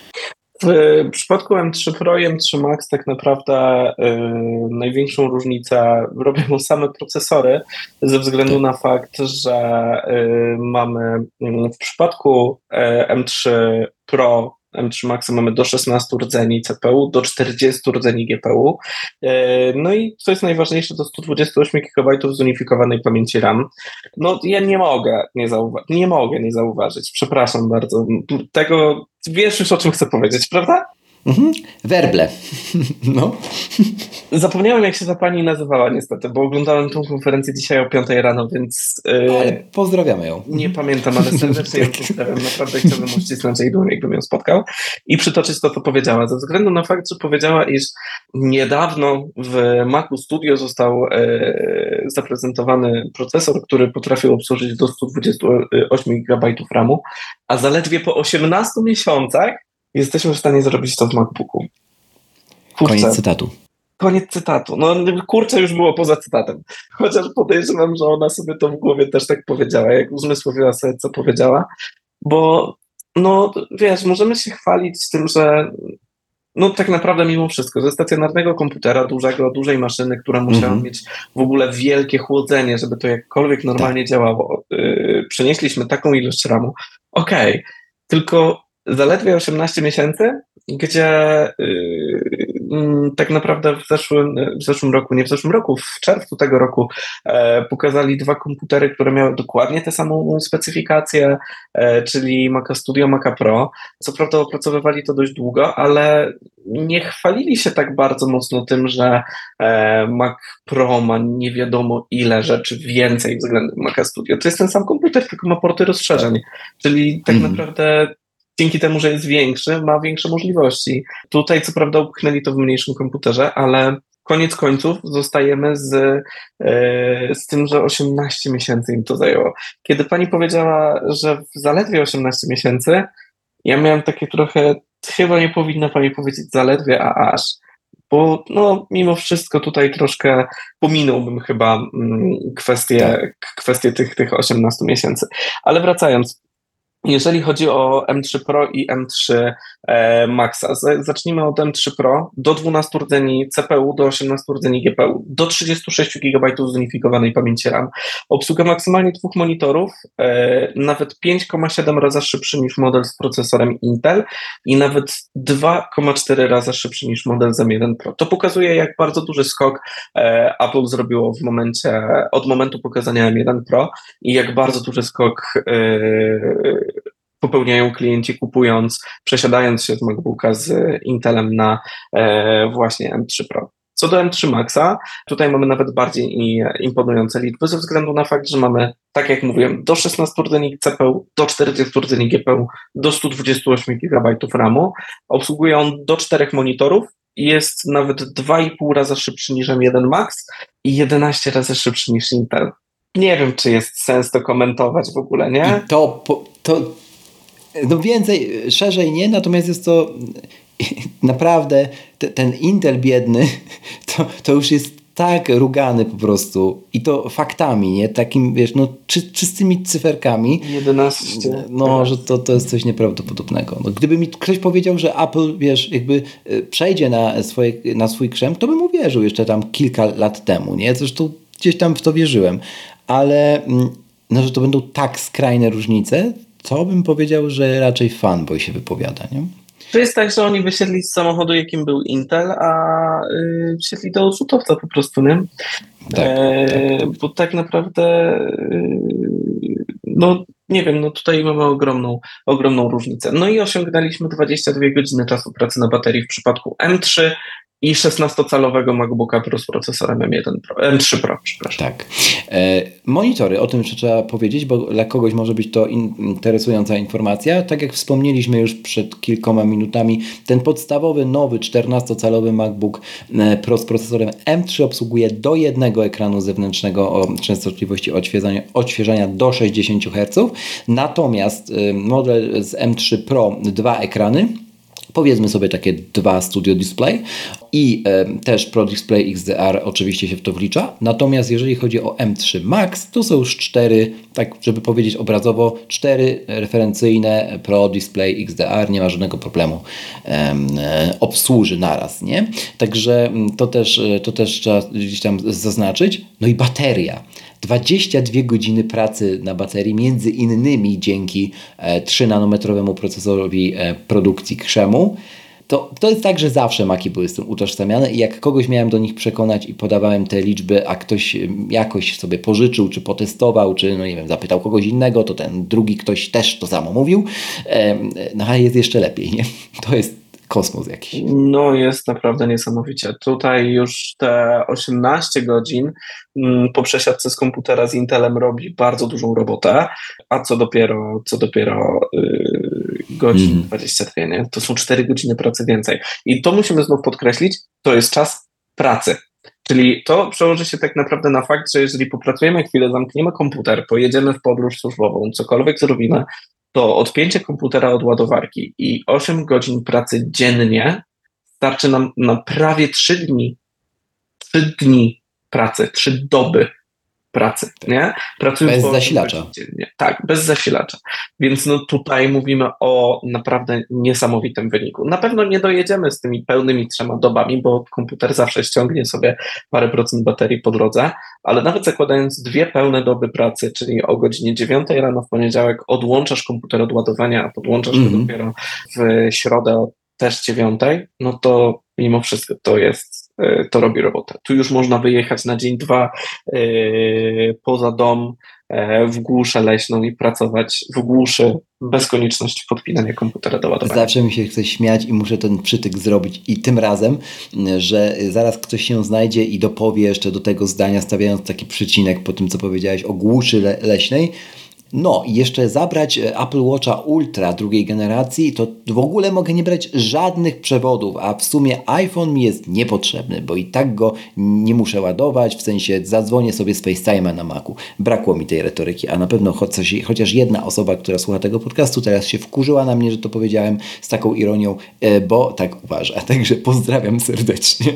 W przypadku M trzy Pro i M trzy Max tak naprawdę yy, największą różnicę robią same procesory, ze względu na fakt, że yy, mamy yy, w przypadku yy, M trzy Pro, M trzy Maxa mamy do szesnastu rdzeni C P U, do czterdziestu rdzeni G P U. Yy, no i co jest najważniejsze, do stu dwudziestu ośmiu gigabajtów zunifikowanej pamięci RAM. No ja nie mogę nie zauważyć, nie mogę nie zauważyć, przepraszam bardzo, tego wiesz już, o czym chcę powiedzieć, prawda? Mhm. Werble. No. Zapomniałem, jak się ta pani nazywała niestety, bo oglądałem tą konferencję dzisiaj o piątej rano, więc... Yy, ale pozdrawiamy ją. Nie pamiętam, ale serdecznie ją pozdrawiam. Naprawdę chciałbym uścisnąć jej dłoń, jakbym ją spotkał i przytoczyć to, co powiedziała. Ze względu na fakt, że powiedziała, iż niedawno w Macu Studio został yy, zaprezentowany procesor, który potrafił obsłużyć do stu dwudziestu ośmiu gigabajtów ramu, a zaledwie po osiemnastu miesiącach jesteśmy w stanie zrobić to w MacBooku. Kurczę. Koniec cytatu. Koniec cytatu. No kurczę, już było poza cytatem. Chociaż podejrzewam, że ona sobie to w głowie też tak powiedziała, jak uzmysłowiła sobie, co powiedziała. Bo no wiesz, możemy się chwalić tym, że no tak naprawdę mimo wszystko, ze stacjonarnego komputera, dużego, dużej maszyny, która musiała mm-hmm. mieć w ogóle wielkie chłodzenie, żeby to jakkolwiek normalnie tak. działało, yy, przenieśliśmy taką ilość ramu. Okej, okay. Tylko zaledwie osiemnaście miesięcy, gdzie yy, tak naprawdę w zeszłym, w zeszłym roku, nie w zeszłym roku, w czerwcu tego roku e, pokazali dwa komputery, które miały dokładnie tę samą specyfikację, e, czyli Maca Studio, Maca Pro. Co prawda opracowywali to dość długo, ale nie chwalili się tak bardzo mocno tym, że e, Mac Pro ma nie wiadomo ile rzeczy więcej względem Maca Studio. To jest ten sam komputer, tylko ma porty rozszerzeń, czyli tak mm. naprawdę dzięki temu, że jest większy, ma większe możliwości. Tutaj co prawda upchnęli to w mniejszym komputerze, ale koniec końców zostajemy z, yy, z tym, że osiemnaście miesięcy im to zajęło. Kiedy pani powiedziała, że w zaledwie osiemnaście miesięcy, ja miałem takie trochę, chyba nie powinna pani powiedzieć zaledwie, a aż. Bo no, mimo wszystko tutaj troszkę pominąłbym chyba mm, kwestię, tak. kwestię tych, tych osiemnastu miesięcy. Ale wracając, jeżeli chodzi o M trzy Pro i M trzy e, Maxa, zacznijmy od M trzy Pro, do dwunastu rdzeni C P U, do osiemnastu rdzeni G P U, do trzydziestu sześciu gigabajtów zunifikowanej pamięci RAM, obsługa maksymalnie dwóch monitorów, e, nawet pięć przecinek siedem razy szybszy niż model z procesorem Intel i nawet dwa przecinek cztery razy szybszy niż model z M jeden Pro. To pokazuje, jak bardzo duży skok e, Apple zrobiło w momencie, od momentu pokazania M jeden Pro i jak bardzo duży skok e, popełniają klienci kupując, przesiadając się z MacBooka z Intelem na e, właśnie M trzy Pro. Co do M trzy Maxa, tutaj mamy nawet bardziej imponujące liczby ze względu na fakt, że mamy, tak jak mówiłem, do szesnastu rdzeni C P U, do czterdziestu rdzeni G P U, do stu dwudziestu ośmiu gigabajtów ramu. Obsługuje on do czterech monitorów i jest nawet dwa i pół razy szybszy niż M jeden Max i jedenaście razy szybszy niż Intel. Nie wiem, czy jest sens to komentować w ogóle, nie? I to, to no więcej, szerzej nie, natomiast jest to naprawdę, te, ten Intel biedny, to, to już jest tak rugany po prostu i to faktami, nie? Takim, wiesz, no czy, czystymi cyferkami. jedenaście. No, że to, to jest coś nieprawdopodobnego. No, gdyby mi ktoś powiedział, że Apple, wiesz, jakby przejdzie na, swoje, na swój krzem, to bym uwierzył jeszcze tam kilka lat temu, nie? Zresztą gdzieś tam w to wierzyłem. Ale no, że to będą tak skrajne różnice, to bym powiedział, że raczej fanboy się wypowiada, nie? To jest tak, że oni wysiedli z samochodu, jakim był Intel, a yy, wsiedli do rzutowca po prostu, nie? Tak, e, tak. Bo tak naprawdę yy, no nie wiem, no tutaj mamy ogromną, ogromną różnicę. No i osiągnęliśmy dwadzieścia dwie godziny czasu pracy na baterii w przypadku M trzy i szesnastocalowego MacBooka Pro z procesorem M jeden Pro, M trzy Pro, przepraszam. Tak. E, monitory, o tym jeszcze trzeba powiedzieć, bo dla kogoś może być to in, interesująca informacja. Tak jak wspomnieliśmy już przed kilkoma minutami, ten podstawowy, nowy czternastocalowy MacBook Pro z procesorem M trzy obsługuje do jednego ekranu zewnętrznego o częstotliwości odświeżania, odświeżania do sześćdziesiąt herców. Natomiast y, model z M trzy Pro dwa ekrany, powiedzmy sobie takie dwa Studio Display i e, też Pro Display X D R oczywiście się w to wlicza. Natomiast jeżeli chodzi o M trzy Max, to są już cztery, tak żeby powiedzieć obrazowo, cztery referencyjne Pro Display X D R, nie ma żadnego problemu e, obsłuży naraz, nie? Także to też, to też trzeba gdzieś tam zaznaczyć. No i bateria. dwadzieścia dwie godziny pracy na baterii, między innymi dzięki e, trzy nanometrowemu procesorowi e, produkcji krzemu. To, to jest tak, że zawsze Maki były z tym utożsamiane i jak kogoś miałem do nich przekonać i podawałem te liczby, a ktoś jakoś sobie pożyczył, czy potestował, czy no nie wiem, zapytał kogoś innego, to ten drugi ktoś też to samo mówił. E, no a jest jeszcze lepiej, nie? To jest kosmos jakiś. No jest naprawdę niesamowicie. Tutaj już te osiemnaście godzin mm, po przesiadce z komputera z Intelem robi bardzo dużą robotę, a co dopiero, co dopiero yy, godzin mm. dwadzieścia dwa, nie? To są cztery godziny pracy więcej. I to musimy znów podkreślić, to jest czas pracy. Czyli to przełoży się tak naprawdę na fakt, że jeżeli popracujemy chwilę, zamkniemy komputer, pojedziemy w podróż służbową, cokolwiek zrobimy, to odpięcie komputera od ładowarki i osiem godzin pracy dziennie starczy nam na prawie trzy dni. trzy dni pracy, trzy doby pracy, nie? Pracując bez zasilacza. Dziennie. Tak, bez zasilacza. Więc no tutaj mówimy o naprawdę niesamowitym wyniku. Na pewno nie dojedziemy z tymi pełnymi trzema dobami, bo komputer zawsze ściągnie sobie parę procent baterii po drodze, ale nawet zakładając dwie pełne doby pracy, czyli o godzinie dziewiątej rano w poniedziałek odłączasz komputer od ładowania, a podłączasz mm-hmm. go dopiero w środę też dziewiątej, no to mimo wszystko to jest, to robi robotę. Tu już można wyjechać na dzień, dwa yy, poza dom, yy, w głuszę leśną i pracować w głuszy bez konieczności podpinania komputera do ładowania. Zawsze mi się chce śmiać i muszę ten przytyk zrobić i tym razem, że zaraz ktoś się znajdzie i dopowie jeszcze do tego zdania, stawiając taki przycinek po tym, co powiedziałeś o głuszy le- leśnej. No i jeszcze zabrać Apple Watcha Ultra drugiej generacji, to w ogóle mogę nie brać żadnych przewodów, a w sumie iPhone mi jest niepotrzebny, bo i tak go nie muszę ładować, w sensie zadzwonię sobie z FaceTime'a na Macu. Brakło mi tej retoryki, a na pewno chociaż, chociaż jedna osoba, która słucha tego podcastu, teraz się wkurzyła na mnie, że to powiedziałem z taką ironią, bo tak uważa. Także pozdrawiam serdecznie.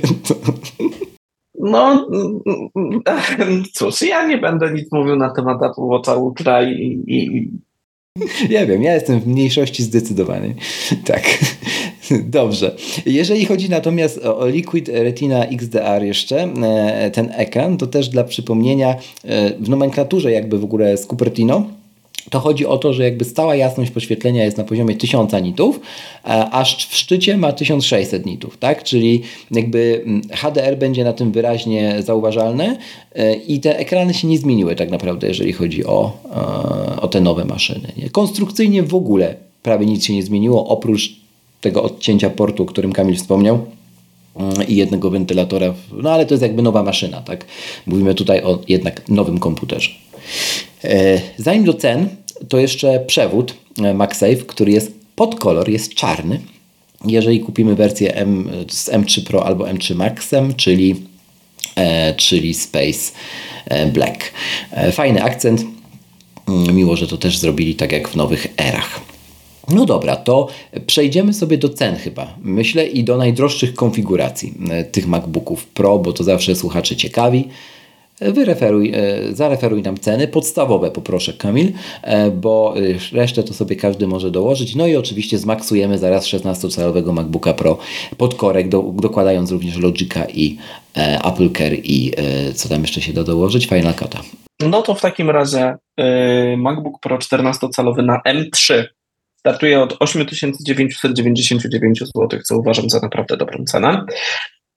No cóż, ja nie będę nic mówił na temat Apple Watcha Ultra i, i... Ja wiem, ja jestem w mniejszości zdecydowanej. Tak, dobrze. Jeżeli chodzi natomiast o Liquid Retina X D R jeszcze, ten ekran, to też dla przypomnienia w nomenklaturze jakby w ogóle z Cupertino, to chodzi o to, że jakby stała jasność podświetlenia jest na poziomie tysiąc nitów, a w szczycie ma tysiąc sześćset nitów, tak? Czyli jakby H D R będzie na tym wyraźnie zauważalne i te ekrany się nie zmieniły tak naprawdę, jeżeli chodzi o, o te nowe maszyny. Nie? Konstrukcyjnie w ogóle prawie nic się nie zmieniło, oprócz tego odcięcia portu, o którym Kamil wspomniał, i jednego wentylatora, no ale to jest jakby nowa maszyna, tak? Mówimy tutaj o jednak nowym komputerze. Zanim do cen, to jeszcze przewód MagSafe, który jest pod kolor, jest czarny. Jeżeli kupimy wersję M, z M trzy Pro albo M trzy Maxem, czyli, e, czyli Space Black. Fajny akcent. Miło, że to też zrobili tak jak w nowych erach. No dobra, to przejdziemy sobie do cen chyba, myślę, i do najdroższych konfiguracji tych MacBooków Pro, bo to zawsze słuchacze ciekawi. Wyreferuj, zareferuj nam ceny podstawowe, poproszę Kamil, bo resztę to sobie każdy może dołożyć. No i oczywiście zmaksujemy zaraz szesnastocalowego MacBooka Pro pod korek, do, dokładając również Logica i e, Apple Care i e, co tam jeszcze się da dołożyć? Final Cut'a. No to w takim razie y, MacBook Pro czternastocalowy na M trzy startuje od osiem tysięcy dziewięćset dziewięćdziesiąt dziewięć złotych, co uważam za naprawdę dobrą cenę.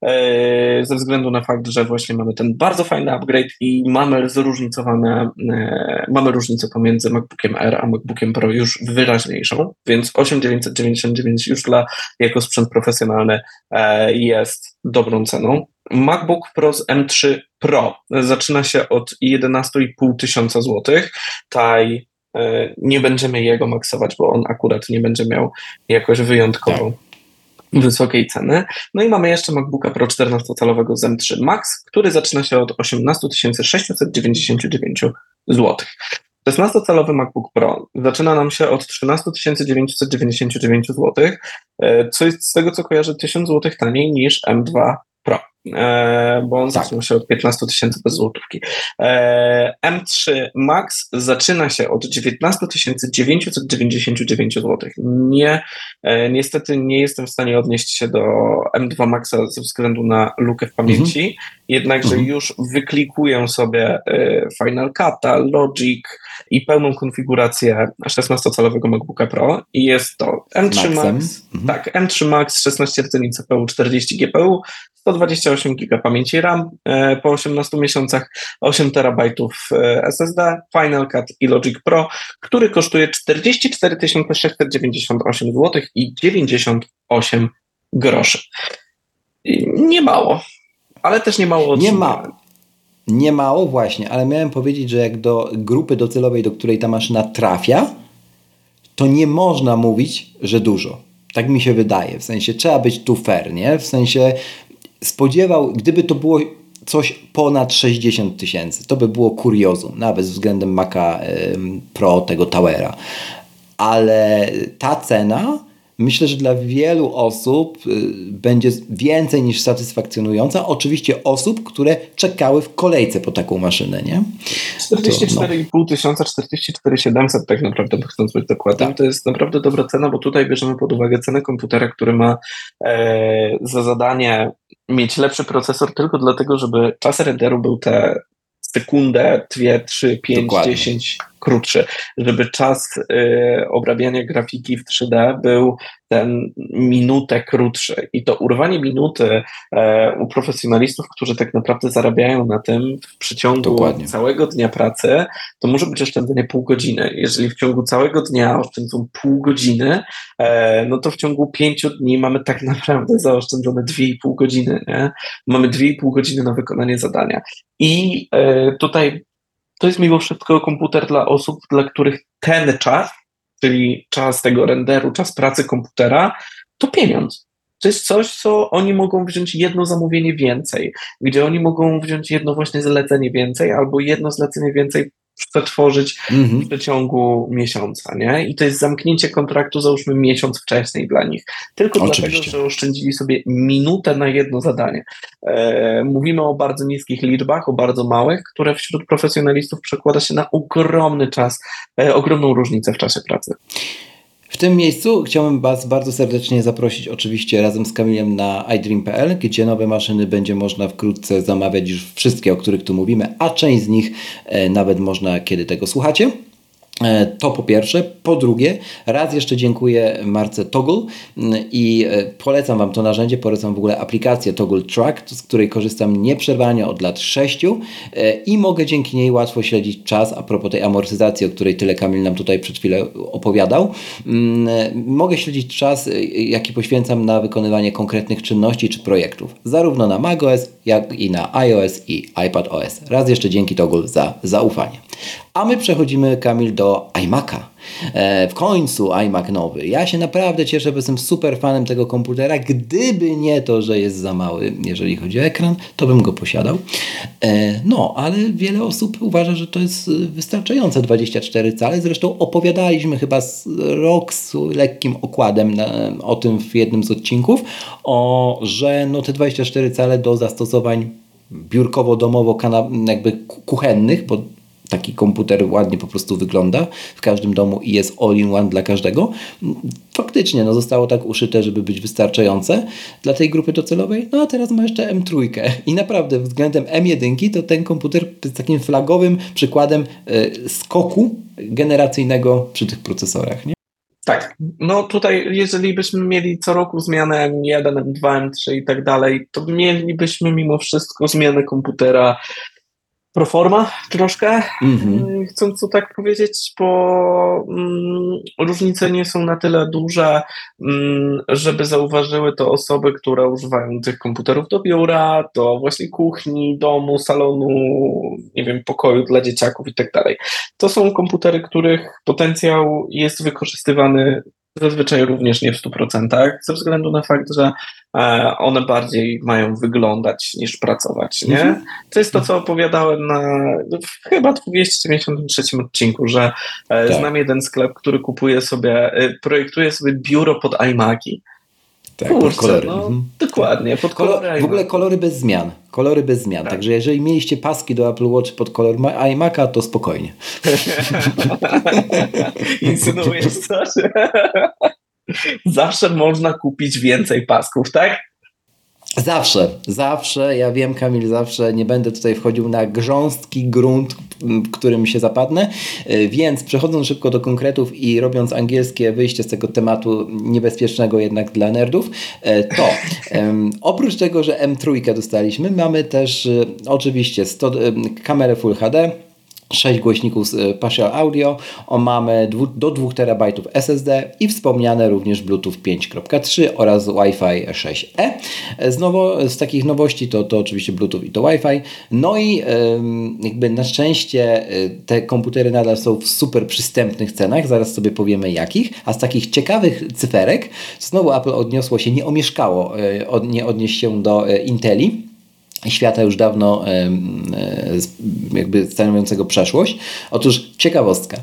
ze względu na fakt, że właśnie mamy ten bardzo fajny upgrade i mamy zróżnicowane, mamy różnicę pomiędzy MacBookiem Air a MacBookiem Pro już wyraźniejszą, więc osiem tysięcy dziewięćset dziewięćdziesiąt dziewięć już dla, jako sprzęt profesjonalny jest dobrą ceną. MacBook Pro z M trzy Pro zaczyna się od jedenaście i pół tysiąca złotych. Tutaj nie będziemy jego maksować, bo on akurat nie będzie miał jakoś wyjątkowo tak. wysokiej ceny. No i mamy jeszcze MacBooka Pro czternastocalowego z M trzy Max, który zaczyna się od osiemnaście tysięcy sześćset dziewięćdziesiąt dziewięć złotych. szesnastocalowy MacBook Pro zaczyna nam się od trzynaście tysięcy dziewięćset dziewięćdziesiąt dziewięć złotych, co jest z tego, co kojarzę, tysiąc złotych taniej niż M dwa Pro, bo on tak. zaczyna się od piętnaście tysięcy bez złotówki. M trzy Max zaczyna się od dziewiętnaście tysięcy dziewięćset dziewięćdziesiąt dziewięć złotych. Nie, niestety nie jestem w stanie odnieść się do M dwa Maxa ze względu na lukę w pamięci, mhm. jednakże mhm. już wyklikuję sobie Final Cut'a, Logic i pełną konfigurację szesnastocalowego MacBooka Pro i jest to M trzy Maxem. Max, mhm. tak, M trzy Max, szesnaście rdzeni C P U, czterdzieści G P U, sto dwadzieścia osiem giga pamięci RAM e, po osiemnastu miesiącach, osiem terabajtów e, S S D, Final Cut i Logic Pro, który kosztuje czterdzieści cztery tysiące sześćset dziewięćdziesiąt osiem złotych i dziewięćdziesiąt osiem groszy. I nie mało, ale też nie mało. Nie mało. Nie mało właśnie, ale miałem powiedzieć, że jak do grupy docelowej, do której ta maszyna trafia, to nie można mówić, że dużo. Tak mi się wydaje. W sensie trzeba być tu fair, nie? W sensie spodziewał, gdyby to było coś ponad sześćdziesiąt tysięcy, to by było kuriozum, nawet względem Maca Pro, tego Towera. Ale ta cena, myślę, że dla wielu osób będzie więcej niż satysfakcjonująca. Oczywiście osób, które czekały w kolejce po taką maszynę, nie? czterdzieści cztery i pół tysiąca, czterdzieści cztery tysiące siedemset tak naprawdę, chcąc być dokładnym, tak. To jest naprawdę dobra cena, bo tutaj bierzemy pod uwagę cenę komputera, który ma e, za zadanie mieć lepszy procesor tylko dlatego, żeby czas renderu był te sekundę, dwie, trzy, pięć, dziesięć krótszy, żeby czas y, obrabiania grafiki w trzy D był ten minutę krótszy. I to urwanie minuty e, u profesjonalistów, którzy tak naprawdę zarabiają na tym w przeciągu Dokładnie. całego dnia pracy, to może być oszczędzenie pół godziny. Jeżeli w ciągu całego dnia oszczędzą pół godziny, e, no to w ciągu pięciu dni mamy tak naprawdę zaoszczędzone dwie i pół godziny. Nie? Mamy dwie i pół godziny na wykonanie zadania. I e, tutaj to jest mimo wszystko komputer dla osób, dla których ten czas, czyli czas tego renderu, czas pracy komputera, to pieniądz. To jest coś, co oni mogą wziąć jedno zamówienie więcej, gdzie oni mogą wziąć jedno właśnie zlecenie więcej albo jedno zlecenie więcej przetworzyć mm-hmm. w przeciągu miesiąca, nie? I to jest zamknięcie kontraktu, załóżmy miesiąc wcześniej dla nich. Tylko Oczywiście. dlatego, że oszczędzili sobie minutę na jedno zadanie. E, mówimy o bardzo niskich liczbach, o bardzo małych, które wśród profesjonalistów przekłada się na ogromny czas, e, ogromną różnicę w czasie pracy. W tym miejscu chciałbym Was bardzo serdecznie zaprosić oczywiście razem z Kamilem na iDream kropka p l, gdzie nowe maszyny będzie można wkrótce zamawiać, już wszystkie, o których tu mówimy, a część z nich e, nawet można, kiedy tego słuchacie. To po pierwsze. Po drugie, raz jeszcze dziękuję marce Toggle i polecam Wam to narzędzie, polecam w ogóle aplikację Toggle Track, z której korzystam nieprzerwanie od lat sześciu i mogę dzięki niej łatwo śledzić czas. A propos tej amortyzacji, o której tyle Kamil nam tutaj przed chwilą opowiadał, mogę śledzić czas, jaki poświęcam na wykonywanie konkretnych czynności czy projektów, zarówno na macOS, jak i na iOS i iPadOS. Raz jeszcze dzięki Toggle za zaufanie. A my przechodzimy, Kamil, do iMac'a. E, w końcu iMac nowy. Ja się naprawdę cieszę, bo jestem super fanem tego komputera. Gdyby nie to, że jest za mały, jeżeli chodzi o ekran, to bym go posiadał. E, no, ale wiele osób uważa, że to jest wystarczające dwadzieścia cztery cale. Zresztą opowiadaliśmy chyba z rok z lekkim okładem na, o tym w jednym z odcinków, o, że no te dwadzieścia cztery cale do zastosowań biurkowo-domowo, jakby kuchennych, bo taki komputer ładnie po prostu wygląda w każdym domu i jest all-in-one dla każdego. Faktycznie no, zostało tak uszyte, żeby być wystarczające dla tej grupy docelowej. No a teraz ma jeszcze M trzy i naprawdę względem M jeden to ten komputer jest takim flagowym przykładem y, skoku generacyjnego przy tych procesorach, nie? Tak, no tutaj jeżeli byśmy mieli co roku zmianę M jeden, M dwa, M trzy i tak dalej, to mielibyśmy mimo wszystko zmianę komputera proforma troszkę, Mhm. yy, chcąc to tak powiedzieć, bo mm, różnice nie są na tyle duże, mm, żeby zauważyły to osoby, które używają tych komputerów do biura, do właśnie kuchni, domu, salonu, nie wiem, pokoju dla dzieciaków i tak dalej. To są komputery, których potencjał jest wykorzystywany zazwyczaj również nie w stu procentach, ze względu na fakt, że e, one bardziej mają wyglądać niż pracować, nie? Mhm. To jest to, co opowiadałem na w chyba dwieście dziewięćdziesiątym trzecim odcinku, że e, Tak, znam jeden sklep, który kupuje sobie, e, projektuje sobie biuro pod iMaki. tak, pod Kurczę, kolory. no Mhm. dokładnie, pod Kolor, kolory w ogóle iMacu. kolory bez zmian. Kolory bez zmian. Tak. Także jeżeli mieliście paski do Apple Watch pod kolor ma- iMac'a, to spokojnie. Insynuujesz coś? Zawsze można kupić więcej pasków, tak? Zawsze, zawsze, ja wiem, Kamil, zawsze nie będę tutaj wchodził na grząstki grunt, w którym się zapadnę, Yy, więc przechodząc szybko do konkretów i robiąc angielskie wyjście z tego tematu niebezpiecznego jednak dla nerdów, yy, to ym, oprócz tego, że M trzy dostaliśmy, mamy też yy, oczywiście sto, yy, kamerę Full H D, sześć głośników z y, Spatial Audio, o, mamy dwu, do dwóch terabajtów S S D i wspomniane również Bluetooth pięć kropka trzy oraz Wi-Fi sześć E. Znowu z takich nowości to, to oczywiście Bluetooth i to Wi-Fi. No i ym, jakby na szczęście y, te komputery nadal są w super przystępnych cenach, zaraz sobie powiemy jakich, a z takich ciekawych cyferek znowu Apple odniosło się, nie omieszkało y, od, nie odnieść się do y, Inteli, świata już dawno e, jakby stanowiącego przeszłość. Otóż ciekawostka.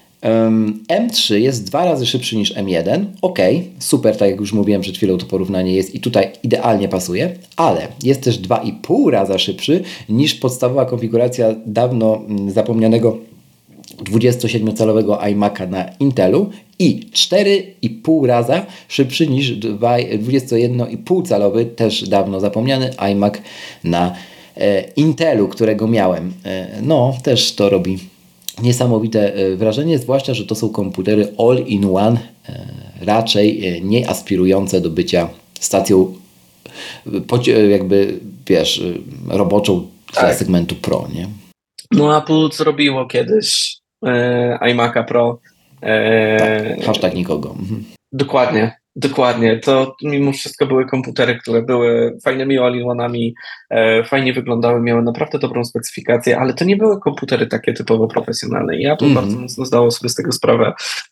M trzy jest dwa razy szybszy niż M jeden. Ok, super, tak jak już mówiłem przed chwilą, to porównanie jest i tutaj idealnie pasuje, ale jest też dwa i pół raza szybszy niż podstawowa konfiguracja dawno zapomnianego dwudziestosiedmiocalowego iMac'a na Intelu i cztery i pół raza szybszy niż dwudziestojednoipółcalowy, też dawno zapomniany iMac na e, Intelu, którego miałem. E, no, też to robi niesamowite e, wrażenie, zwłaszcza, że to są komputery all-in-one, e, raczej e, nie aspirujące do bycia stacją e, jakby, wiesz, e, roboczą dla Tak. segmentu Pro, nie? No Apple zrobiło kiedyś e, iMac'a Pro. E, Tak, hashtag nikogo. Mhm. Dokładnie, dokładnie. To mimo wszystko były komputery, które były fajnymi all-in-one'ami, e, fajnie wyglądały, miały naprawdę dobrą specyfikację, ale to nie były komputery takie typowo profesjonalne i Apple Mhm. bardzo mocno zdało sobie z tego sprawę.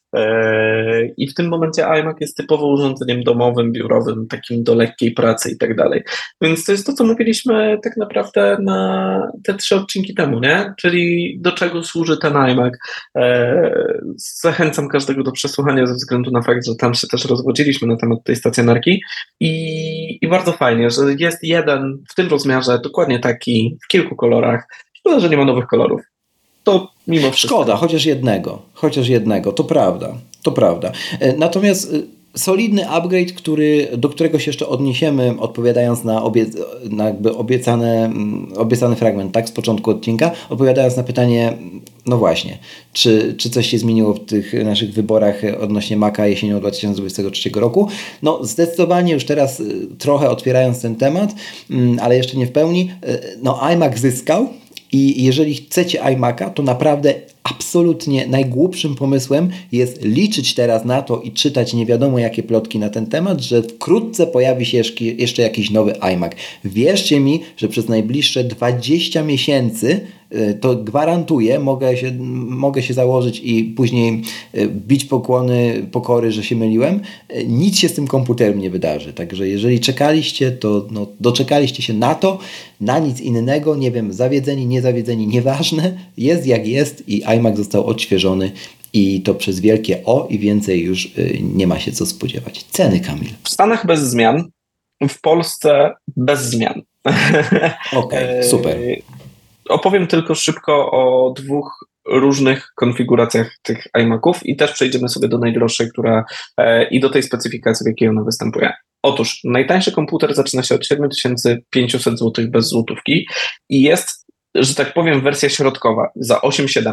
E, I w tym momencie iMac jest typowo urządzeniem domowym, biurowym, takim do lekkiej pracy i tak dalej. Więc to jest to, co mówiliśmy tak naprawdę na te trzy odcinki temu, nie? Czyli do czego służy ten iMac. E, zachęcam każdego do przesłuchania ze względu na fakt, że tam się też rozwodziliśmy na temat tej stacjonarki i, i bardzo fajnie, że jest jeden w tym rozmiarze, dokładnie taki, w kilku kolorach. Szkoda, że nie ma nowych kolorów. To mimo wszystko. Szkoda, chociaż jednego, chociaż jednego, to prawda, to prawda. Natomiast solidny upgrade, który, do którego się jeszcze odniesiemy, odpowiadając na, obie, na jakby obiecane, obiecany fragment, tak, z początku odcinka, odpowiadając na pytanie, no właśnie, czy, czy coś się zmieniło w tych naszych wyborach odnośnie Maca jesienią dwa tysiące dwudziestego trzeciego roku? No zdecydowanie już teraz trochę otwierając ten temat, ale jeszcze nie w pełni, no iMac zyskał. I jeżeli chcecie iMac'a, to naprawdę absolutnie najgłupszym pomysłem jest liczyć teraz na to i czytać nie wiadomo jakie plotki na ten temat, że wkrótce pojawi się jeszcze jakiś nowy iMac. Wierzcie mi, że przez najbliższe dwadzieścia miesięcy, to gwarantuję, mogę się, mogę się założyć i później bić pokłony pokory, że się myliłem, nic się z tym komputerem nie wydarzy. Także jeżeli czekaliście, to no, doczekaliście się na to, na nic innego, nie wiem, zawiedzeni, nie zawiedzeni, nieważne, jest jak jest i iMac został odświeżony i to przez wielkie O i więcej już nie ma się co spodziewać. Ceny, Kamil? W Stanach bez zmian, w Polsce bez zmian. Okej, okay, super. Opowiem tylko szybko o dwóch różnych konfiguracjach tych iMaców i też przejdziemy sobie do najdroższej, która e, i do tej specyfikacji, w jakiej ona występuje. Otóż najtańszy komputer zaczyna się od siedem tysięcy pięćset złotych bez złotówki i jest, że tak powiem, wersja środkowa za osiem tysięcy siedemset.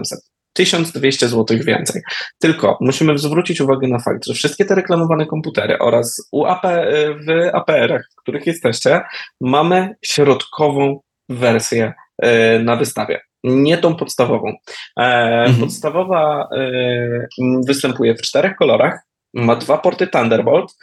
tysiąc dwieście złotych więcej. Tylko musimy zwrócić uwagę na fakt, że wszystkie te reklamowane komputery oraz u A P, w A P R-ach, w których jesteście, mamy środkową wersję na wystawie. Nie tą podstawową. Mhm. Podstawowa występuje w czterech kolorach, ma dwa porty Thunderbolt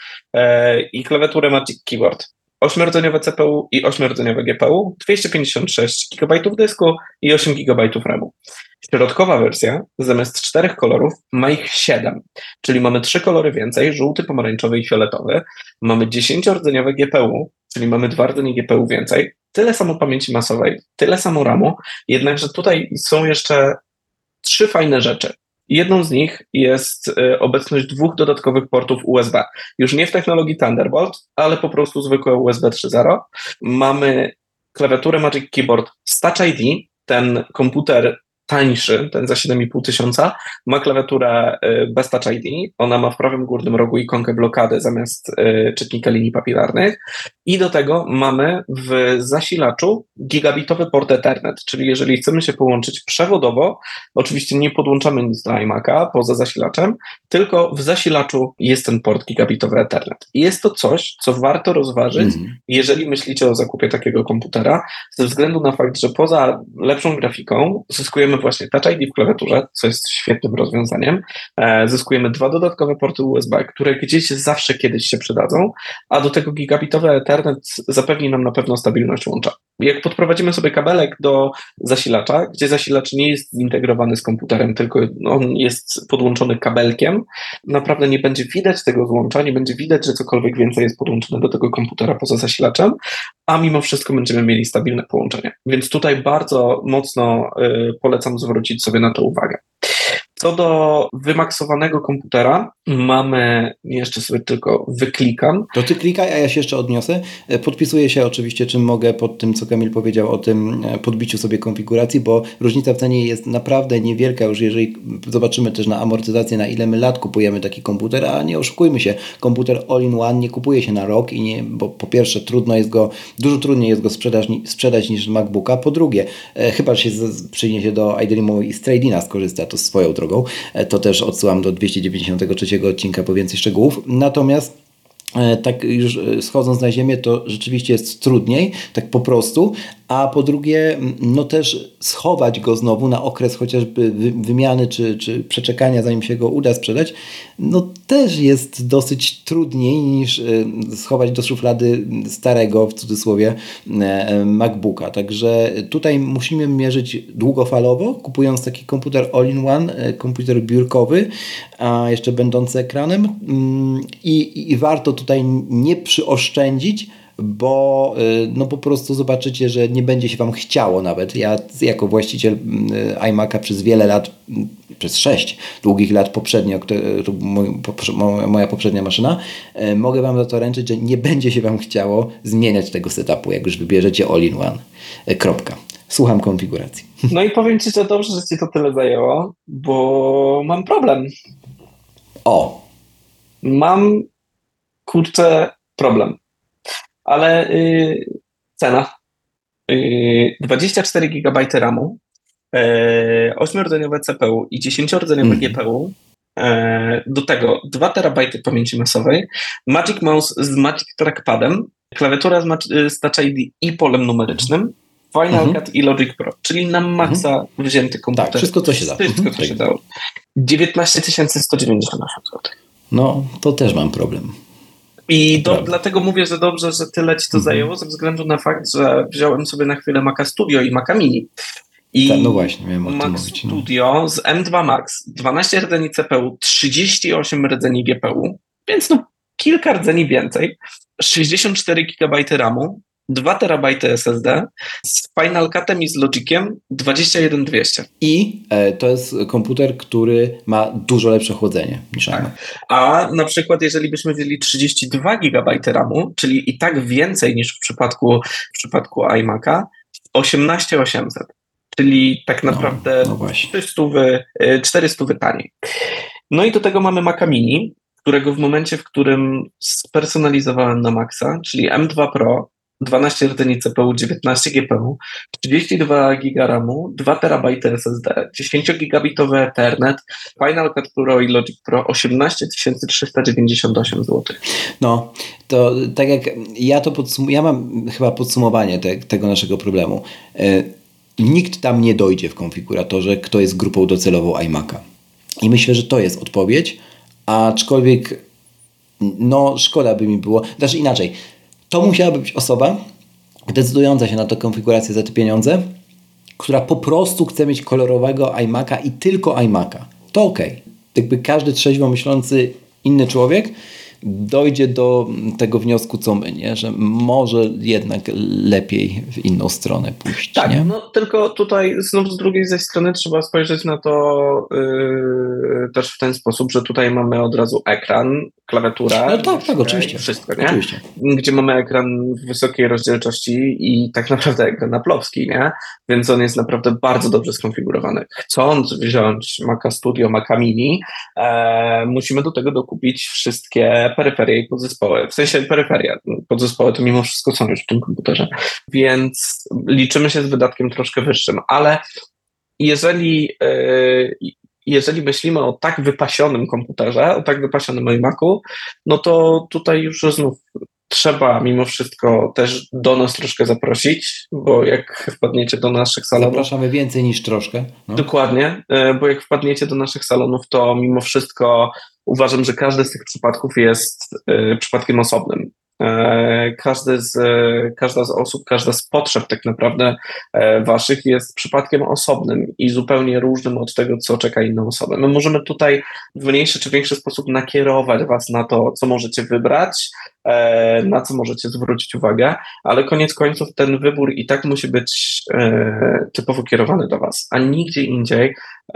i klawiaturę Magic Keyboard. ośmiordzeniowe C P U i ośmiordzeniowe G P U, dwieście pięćdziesiąt sześć gigabajtów dysku i osiem gigabajtów ramu. Środkowa wersja zamiast czterech kolorów ma ich siedem, czyli mamy trzy kolory więcej, żółty, pomarańczowy i fioletowy. Mamy dziesięciordzeniowe G P U, czyli mamy dwa rdzenie G P U więcej, tyle samo pamięci masowej, tyle samo ramu, jednakże tutaj są jeszcze trzy fajne rzeczy. Jedną z nich jest obecność dwóch dodatkowych portów U S B. Już nie w technologii Thunderbolt, ale po prostu zwykłe U S B trzy zero. Mamy klawiaturę Magic Keyboard z Touch I D. Ten komputer tańszy, ten za siedem i pół tysiąca, ma klawiaturę bez Touch I D. Ona ma w prawym górnym rogu ikonkę blokady zamiast czytnika linii papilarnych. I do tego mamy w zasilaczu gigabitowy port Ethernet, czyli jeżeli chcemy się połączyć przewodowo, oczywiście nie podłączamy nic do iMac'a poza zasilaczem, tylko w zasilaczu jest ten port gigabitowy Ethernet. I jest to coś, co warto rozważyć, mm. jeżeli myślicie o zakupie takiego komputera, ze względu na fakt, że poza lepszą grafiką zyskujemy właśnie Touch I D w klawiaturze, co jest świetnym rozwiązaniem, e, zyskujemy dwa dodatkowe porty U S B, które gdzieś zawsze kiedyś się przydadzą, a do tego gigabitowy Ethernet zapewni nam na pewno stabilność łącza. Jak podprowadzimy sobie kabelek do zasilacza, gdzie zasilacz nie jest zintegrowany z komputerem, tylko on jest podłączony kabelkiem, naprawdę nie będzie widać tego złącza, nie będzie widać, że cokolwiek więcej jest podłączone do tego komputera poza zasilaczem, a mimo wszystko będziemy mieli stabilne połączenie. Więc tutaj bardzo mocno y, polecam zwrócić sobie na to uwagę. Co do wymaksowanego komputera, mamy, jeszcze sobie tylko wyklikam. To ty klikaj, a ja się jeszcze odniosę. Podpisuję się oczywiście, czym mogę pod tym, co Kamil powiedział o tym podbiciu sobie konfiguracji, bo różnica w cenie jest naprawdę niewielka już, jeżeli zobaczymy też na amortyzację, na ile my lat kupujemy taki komputer, a nie oszukujmy się, komputer all-in-one nie kupuje się na rok, i nie, bo po pierwsze trudno jest go, dużo trudniej jest go sprzedać, sprzedać niż MacBooka, po drugie, chyba że się przyniesie do Idolimu i z Trade-ina skorzysta, to swoją drogą. To też odsyłam do dwieście dziewięćdziesiątego trzeciego odcinka po więcej szczegółów. Natomiast tak już schodząc na ziemię, to rzeczywiście jest trudniej, tak po prostu, a po drugie, no też schować go znowu na okres chociażby wymiany czy, czy przeczekania, zanim się go uda sprzedać, no też jest dosyć trudniej niż schować do szuflady starego, w cudzysłowie, MacBooka. Także tutaj musimy mierzyć długofalowo, kupując taki komputer all-in-one, komputer biurkowy, a jeszcze będący ekranem, i, i warto tutaj nie przyoszczędzić, bo no po prostu zobaczycie, że nie będzie się Wam chciało nawet. Ja jako właściciel iMac'a przez wiele lat, przez sześć długich lat poprzednio, moja poprzednia maszyna, mogę Wam za to ręczyć, że nie będzie się Wam chciało zmieniać tego setupu, jak już wybierzecie all-in-one. Kropka. Słucham konfiguracji. No i powiem Ci, że dobrze, że Ci to tyle zajęło, bo mam problem. O! Mam, kurczę, problem. Ale yy, cena. Yy, dwadzieścia cztery gigabajty ramu, yy, ośmiordzeniowe C P U i dziesięciordzeniowe mm. G P U, yy, do tego dwa terabajty pamięci masowej, Magic Mouse z Magic Trackpadem, klawiatura z, Mac- z Touch I D i polem numerycznym, Final mm-hmm. Cut i Logic Pro, czyli na maksa mm-hmm. wzięty komputer. Tak, wszystko co się da. Wszystko co się dało. dziewiętnaście tysięcy sto dziewięćdziesiąt osiem złotych. No, to też mam problem. I do, dlatego mówię, że dobrze, że tyle Ci to mhm. zajęło, ze względu na fakt, że wziąłem sobie na chwilę Maca Studio i Maca Mini. I Ta, no właśnie, miałem o tym Mac mówić. No. Studio z M dwa Max, dwanaście rdzeni C P U, trzydzieści osiem rdzeni G P U, więc no kilka rdzeni więcej, sześćdziesiąt cztery gigabajty ramu, dwa terabajty S S D, z Final Cutem i z Logiciem dwadzieścia jeden dwieście. I e, to jest komputer, który ma dużo lepsze chłodzenie niż tak. iMac. A na przykład jeżeli byśmy wzięli trzydzieści dwa gigabajty ramu, czyli i tak więcej niż w przypadku, w przypadku iMac'a, osiemnaście tysięcy osiemset. Czyli tak naprawdę no, no czterysta taniej. No i do tego mamy Maca Mini, którego w momencie, w którym spersonalizowałem na Maxa, czyli M dwa Pro, dwanaście rdzeni C P U, dziewiętnaście G P U, trzydzieści dwa giga ramu, dwa terabajty S S D, dziesięciogigabitowy Ethernet, Final Cut Pro i Logic Pro osiemnaście tysięcy trzysta dziewięćdziesiąt osiem złotych. No, to tak jak ja to podsumuję, ja mam chyba podsumowanie te, tego naszego problemu. Yy, nikt tam nie dojdzie w konfiguratorze, kto jest grupą docelową iMac'a. I myślę, że to jest odpowiedź, aczkolwiek no szkoda by mi było, znaczy inaczej, to musiałaby być osoba decydująca się na tę konfigurację za te pieniądze, która po prostu chce mieć kolorowego iMac'a i tylko iMac'a. To okej. Okay. Jakby każdy trzeźwo myślący inny człowiek dojdzie do tego wniosku, co my, nie? Że może jednak lepiej w inną stronę pójść. Tak, nie? no tylko tutaj znów z drugiej ze strony trzeba spojrzeć na to yy, też w ten sposób, że tutaj mamy od razu ekran, klawiatura. No tak, tak, oczywiście. Wszystko, nie? Oczywiście. Gdzie mamy ekran w wysokiej rozdzielczości i tak naprawdę ekran aplowski, nie? Więc on jest naprawdę bardzo dobrze skonfigurowany. Chcąc wziąć Maca Studio, Maca Mini, e, musimy do tego dokupić wszystkie peryferie i podzespoły. W sensie peryferia, podzespoły to mimo wszystko są już w tym komputerze. Więc liczymy się z wydatkiem troszkę wyższym, ale jeżeli, yy, jeżeli myślimy o tak wypasionym komputerze, o tak wypasionym iMacu, no to tutaj już znów trzeba mimo wszystko też do nas troszkę zaprosić, bo jak wpadniecie do naszych salonów... Zapraszamy więcej niż troszkę. No. Dokładnie, bo jak wpadniecie do naszych salonów, to mimo wszystko uważam, że każdy z tych przypadków jest y, przypadkiem osobnym. E, każdy z, e, każda z osób, każda z potrzeb tak naprawdę e, waszych jest przypadkiem osobnym i zupełnie różnym od tego, co czeka inną osobę. My możemy tutaj w mniejszy czy większy sposób nakierować was na to, co możecie wybrać, e, na co możecie zwrócić uwagę, ale koniec końców ten wybór i tak musi być e, typowo kierowany do was, a nigdzie indziej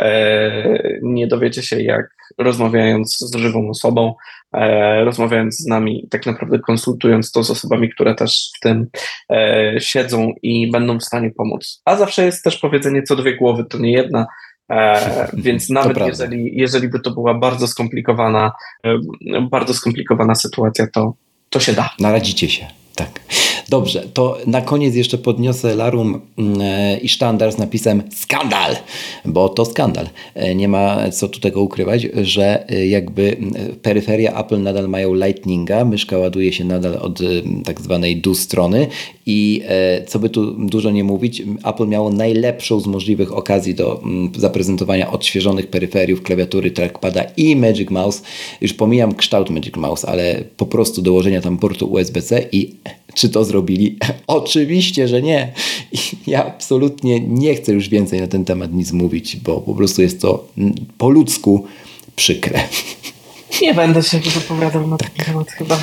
e, nie dowiecie się, jak rozmawiając z żywą osobą, e, rozmawiając z nami, tak naprawdę konsultując to z osobami, które też w tym e, siedzą i będą w stanie pomóc. A zawsze jest też powiedzenie, co dwie głowy, to nie jedna, e, więc nawet jeżeli, jeżeli by to była bardzo skomplikowana, e, bardzo skomplikowana sytuacja, to, to się da. Naradzicie się, tak. Dobrze, to na koniec jeszcze podniosę larum e, i sztandar z napisem skandal, bo to skandal. E, nie ma co tu tego ukrywać, że e, jakby peryferia Apple nadal mają Lightninga, myszka ładuje się nadal od e, tak zwanej D U strony i e, co by tu dużo nie mówić, Apple miało najlepszą z możliwych okazji do m, zaprezentowania odświeżonych peryferiów, klawiatury, trackpada i Magic Mouse. Już pomijam kształt Magic Mouse, ale po prostu dołożenia tam portu U S B C i czy to zrobili? Oczywiście, że nie. I ja absolutnie nie chcę już więcej na ten temat nic mówić, bo po prostu jest to po ludzku przykre. Nie będę się wypowiadał na taki temat chyba.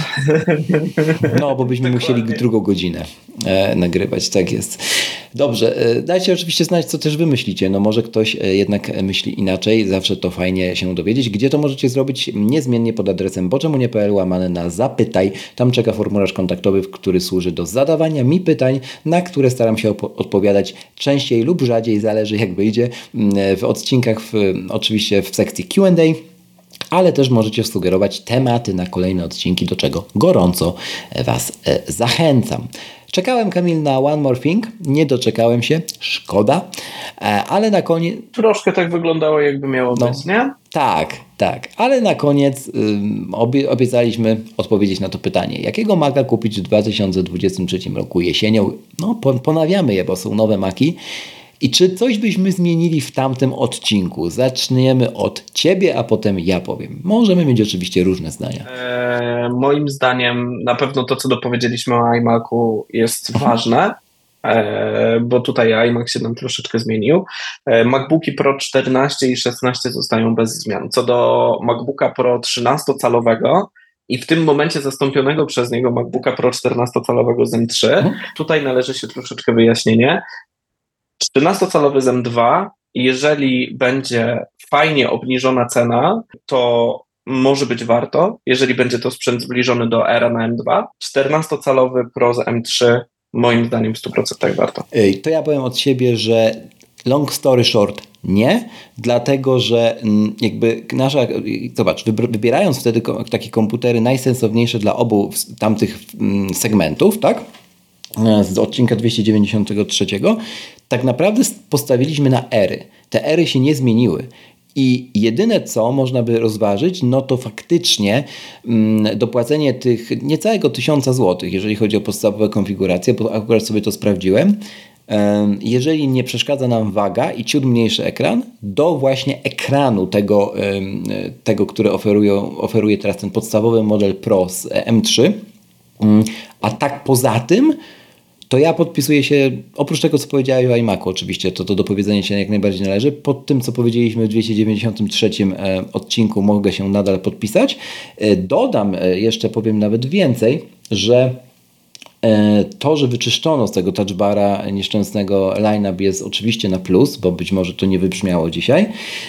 No, bo byśmy Dokładnie. musieli drugą godzinę e, nagrywać, tak jest. Dobrze, e, dajcie oczywiście znać, co też wy myślicie. No może ktoś e, jednak myśli inaczej, zawsze to fajnie się dowiedzieć. Gdzie to możecie zrobić? Niezmiennie pod adresem boczemunie kropka p l łamane na zapytaj. Tam czeka formularz kontaktowy, który służy do zadawania mi pytań, na które staram się op- odpowiadać częściej lub rzadziej, zależy jak wyjdzie. W odcinkach, w, oczywiście w sekcji Q and A. Ale też możecie sugerować tematy na kolejne odcinki, do czego gorąco Was e, zachęcam. Czekałem, Kamil, na One More Thing. Nie doczekałem się. Szkoda. E, ale na koniec... Troszkę tak wyglądało, jakby miało no, być, nie? Tak, tak. Ale na koniec y, obie, obiecaliśmy odpowiedzieć na to pytanie. Jakiego Maca kupić w dwa tysiące dwudziestym trzecim roku jesienią? No, ponawiamy je, bo są nowe Maki. I czy coś byśmy zmienili w tamtym odcinku? Zaczniemy od Ciebie, a potem ja powiem. Możemy mieć oczywiście różne zdania. E, moim zdaniem na pewno to, co dopowiedzieliśmy o iMacu jest ważne, e, bo tutaj iMac się nam troszeczkę zmienił. E, MacBooki Pro czternaście i szesnaście zostają bez zmian. Co do MacBooka Pro trzynastocalowego, i w tym momencie zastąpionego przez niego MacBooka Pro czternastocalowego z M trzy, mhm. tutaj należy się troszeczkę wyjaśnienie. trzynastocalowy z M dwa, jeżeli będzie fajnie obniżona cena, to może być warto, jeżeli będzie to sprzęt zbliżony do Era na M dwa. czternastocalowy Pro z M trzy moim zdaniem w stu procentach warto. To ja powiem od siebie, że long story short nie, dlatego że jakby nasza, zobacz, wybierając wtedy takie komputery najsensowniejsze dla obu tamtych segmentów, tak? z odcinka dwieście dziewięćdziesiątego trzeciego, tak naprawdę postawiliśmy na ery. Te ery się nie zmieniły. I jedyne, co można by rozważyć, no to faktycznie mm, dopłacenie tych niecałego tysiąca złotych, jeżeli chodzi o podstawowe konfiguracje, bo akurat sobie to sprawdziłem, um, jeżeli nie przeszkadza nam waga i ciut mniejszy ekran, do właśnie ekranu tego, um, tego który oferują, oferuje teraz ten podstawowy model Pro z M trzy. Um, a tak poza tym, to ja podpisuję się, oprócz tego, co powiedziałeś o iMacu oczywiście, to, to do powiedzenia się jak najbardziej należy. Pod tym, co powiedzieliśmy w dwieście dziewięćdziesiątym trzecim e, odcinku, mogę się nadal podpisać. E, dodam e, jeszcze, powiem nawet więcej, że e, to, że wyczyszczono z tego touchbara nieszczęsnego line-up jest oczywiście na plus, bo być może to nie wybrzmiało dzisiaj.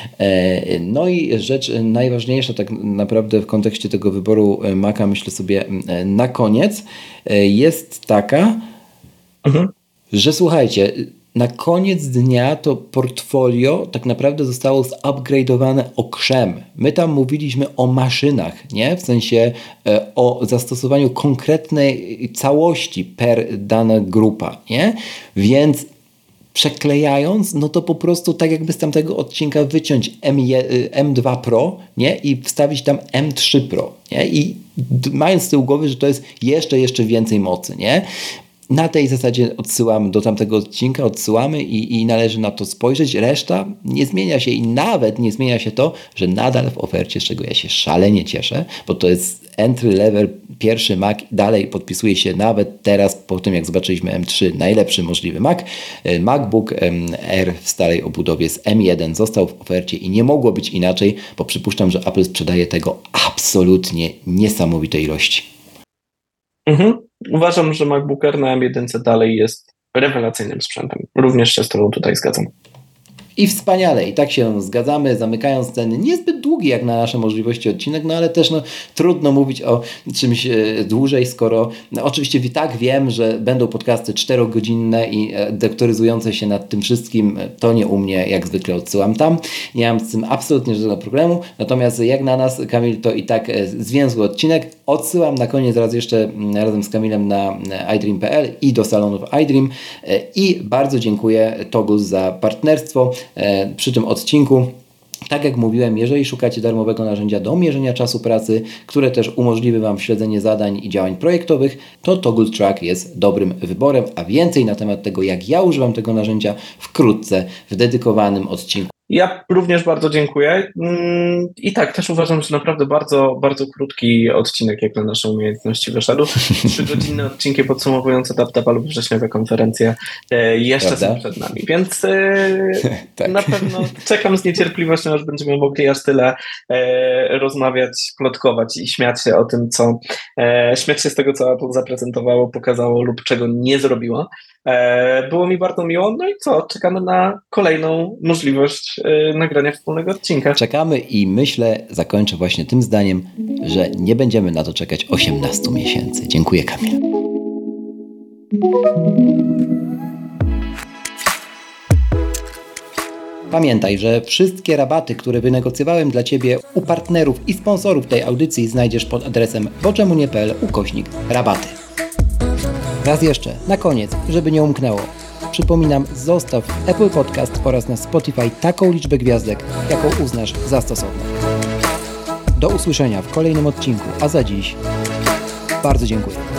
E, no i rzecz najważniejsza tak naprawdę w kontekście tego wyboru Maca, myślę sobie e, na koniec, e, jest taka, Mhm. że słuchajcie, na koniec dnia to portfolio tak naprawdę zostało zupgrade'owane o krzem. My tam mówiliśmy o maszynach, nie? W sensie e, o zastosowaniu konkretnej całości per dana grupa, nie? Więc przeklejając, no to po prostu tak jakby z tamtego odcinka wyciąć M dwa Pro, nie? I wstawić tam M trzy Pro, nie? I d- mając z tyłu głowy, że to jest jeszcze, jeszcze więcej mocy, nie? Na tej zasadzie odsyłam do tamtego odcinka, odsyłamy i, i należy na to spojrzeć. Reszta nie zmienia się i nawet nie zmienia się to, że nadal w ofercie, z czego ja się szalenie cieszę, bo to jest entry level, pierwszy Mac, dalej podpisuje się nawet teraz, po tym jak zobaczyliśmy M trzy, najlepszy możliwy Mac. MacBook Air w starej obudowie z M jeden został w ofercie i nie mogło być inaczej, bo przypuszczam, że Apple sprzedaje tego absolutnie niesamowite ilości. Mhm. Uważam, że MacBook Air na M jeden dalej jest rewelacyjnym sprzętem. Również się z tobą tutaj zgadzam. I wspaniale, i tak się zgadzamy, zamykając ten niezbyt długi jak na nasze możliwości odcinek, no ale też no, trudno mówić o czymś e, dłużej, skoro no, oczywiście i tak wiem, że będą podcasty czterogodzinne i e, doktoryzujące się nad tym wszystkim, to nie u mnie, jak zwykle odsyłam tam, nie mam z tym absolutnie żadnego problemu, natomiast jak na nas, Kamil, to i tak e, zwięzły odcinek, odsyłam na koniec raz jeszcze m, razem z Kamilem na iDream kropka p l i do salonów iDream e, i bardzo dziękuję Toggles za partnerstwo przy tym odcinku. Tak jak mówiłem, jeżeli szukacie darmowego narzędzia do mierzenia czasu pracy, które też umożliwi Wam śledzenie zadań i działań projektowych, to Toggle Track jest dobrym wyborem, a więcej na temat tego, jak ja używam tego narzędzia, wkrótce w dedykowanym odcinku. Ja również bardzo dziękuję i tak, też uważam, że naprawdę bardzo, bardzo krótki odcinek jak na nasze umiejętności wyszedł. Trzygodzinne odcinki podsumowujące tap-tap lub wrześniowe konferencje jeszcze Prawda? są przed nami, więc tak. na pewno czekam z niecierpliwością, aż będziemy mogli aż tyle rozmawiać, plotkować i śmiać się o tym, co śmiać się z tego, co Apple zaprezentowało, pokazało lub czego nie zrobiło. Było mi bardzo miło, no i co? Czekamy na kolejną możliwość nagrania wspólnego odcinka. Czekamy i myślę, zakończę właśnie tym zdaniem, że nie będziemy na to czekać osiemnaście miesięcy. Dziękuję, Kamil. Pamiętaj, że wszystkie rabaty, które wynegocjowałem dla Ciebie u partnerów i sponsorów tej audycji znajdziesz pod adresem boczemunie.pl ukośnik rabaty. Raz jeszcze, na koniec, żeby nie umknęło. Przypominam, zostaw w Apple Podcast oraz na Spotify taką liczbę gwiazdek, jaką uznasz za stosowną. Do usłyszenia w kolejnym odcinku, a za dziś bardzo dziękuję.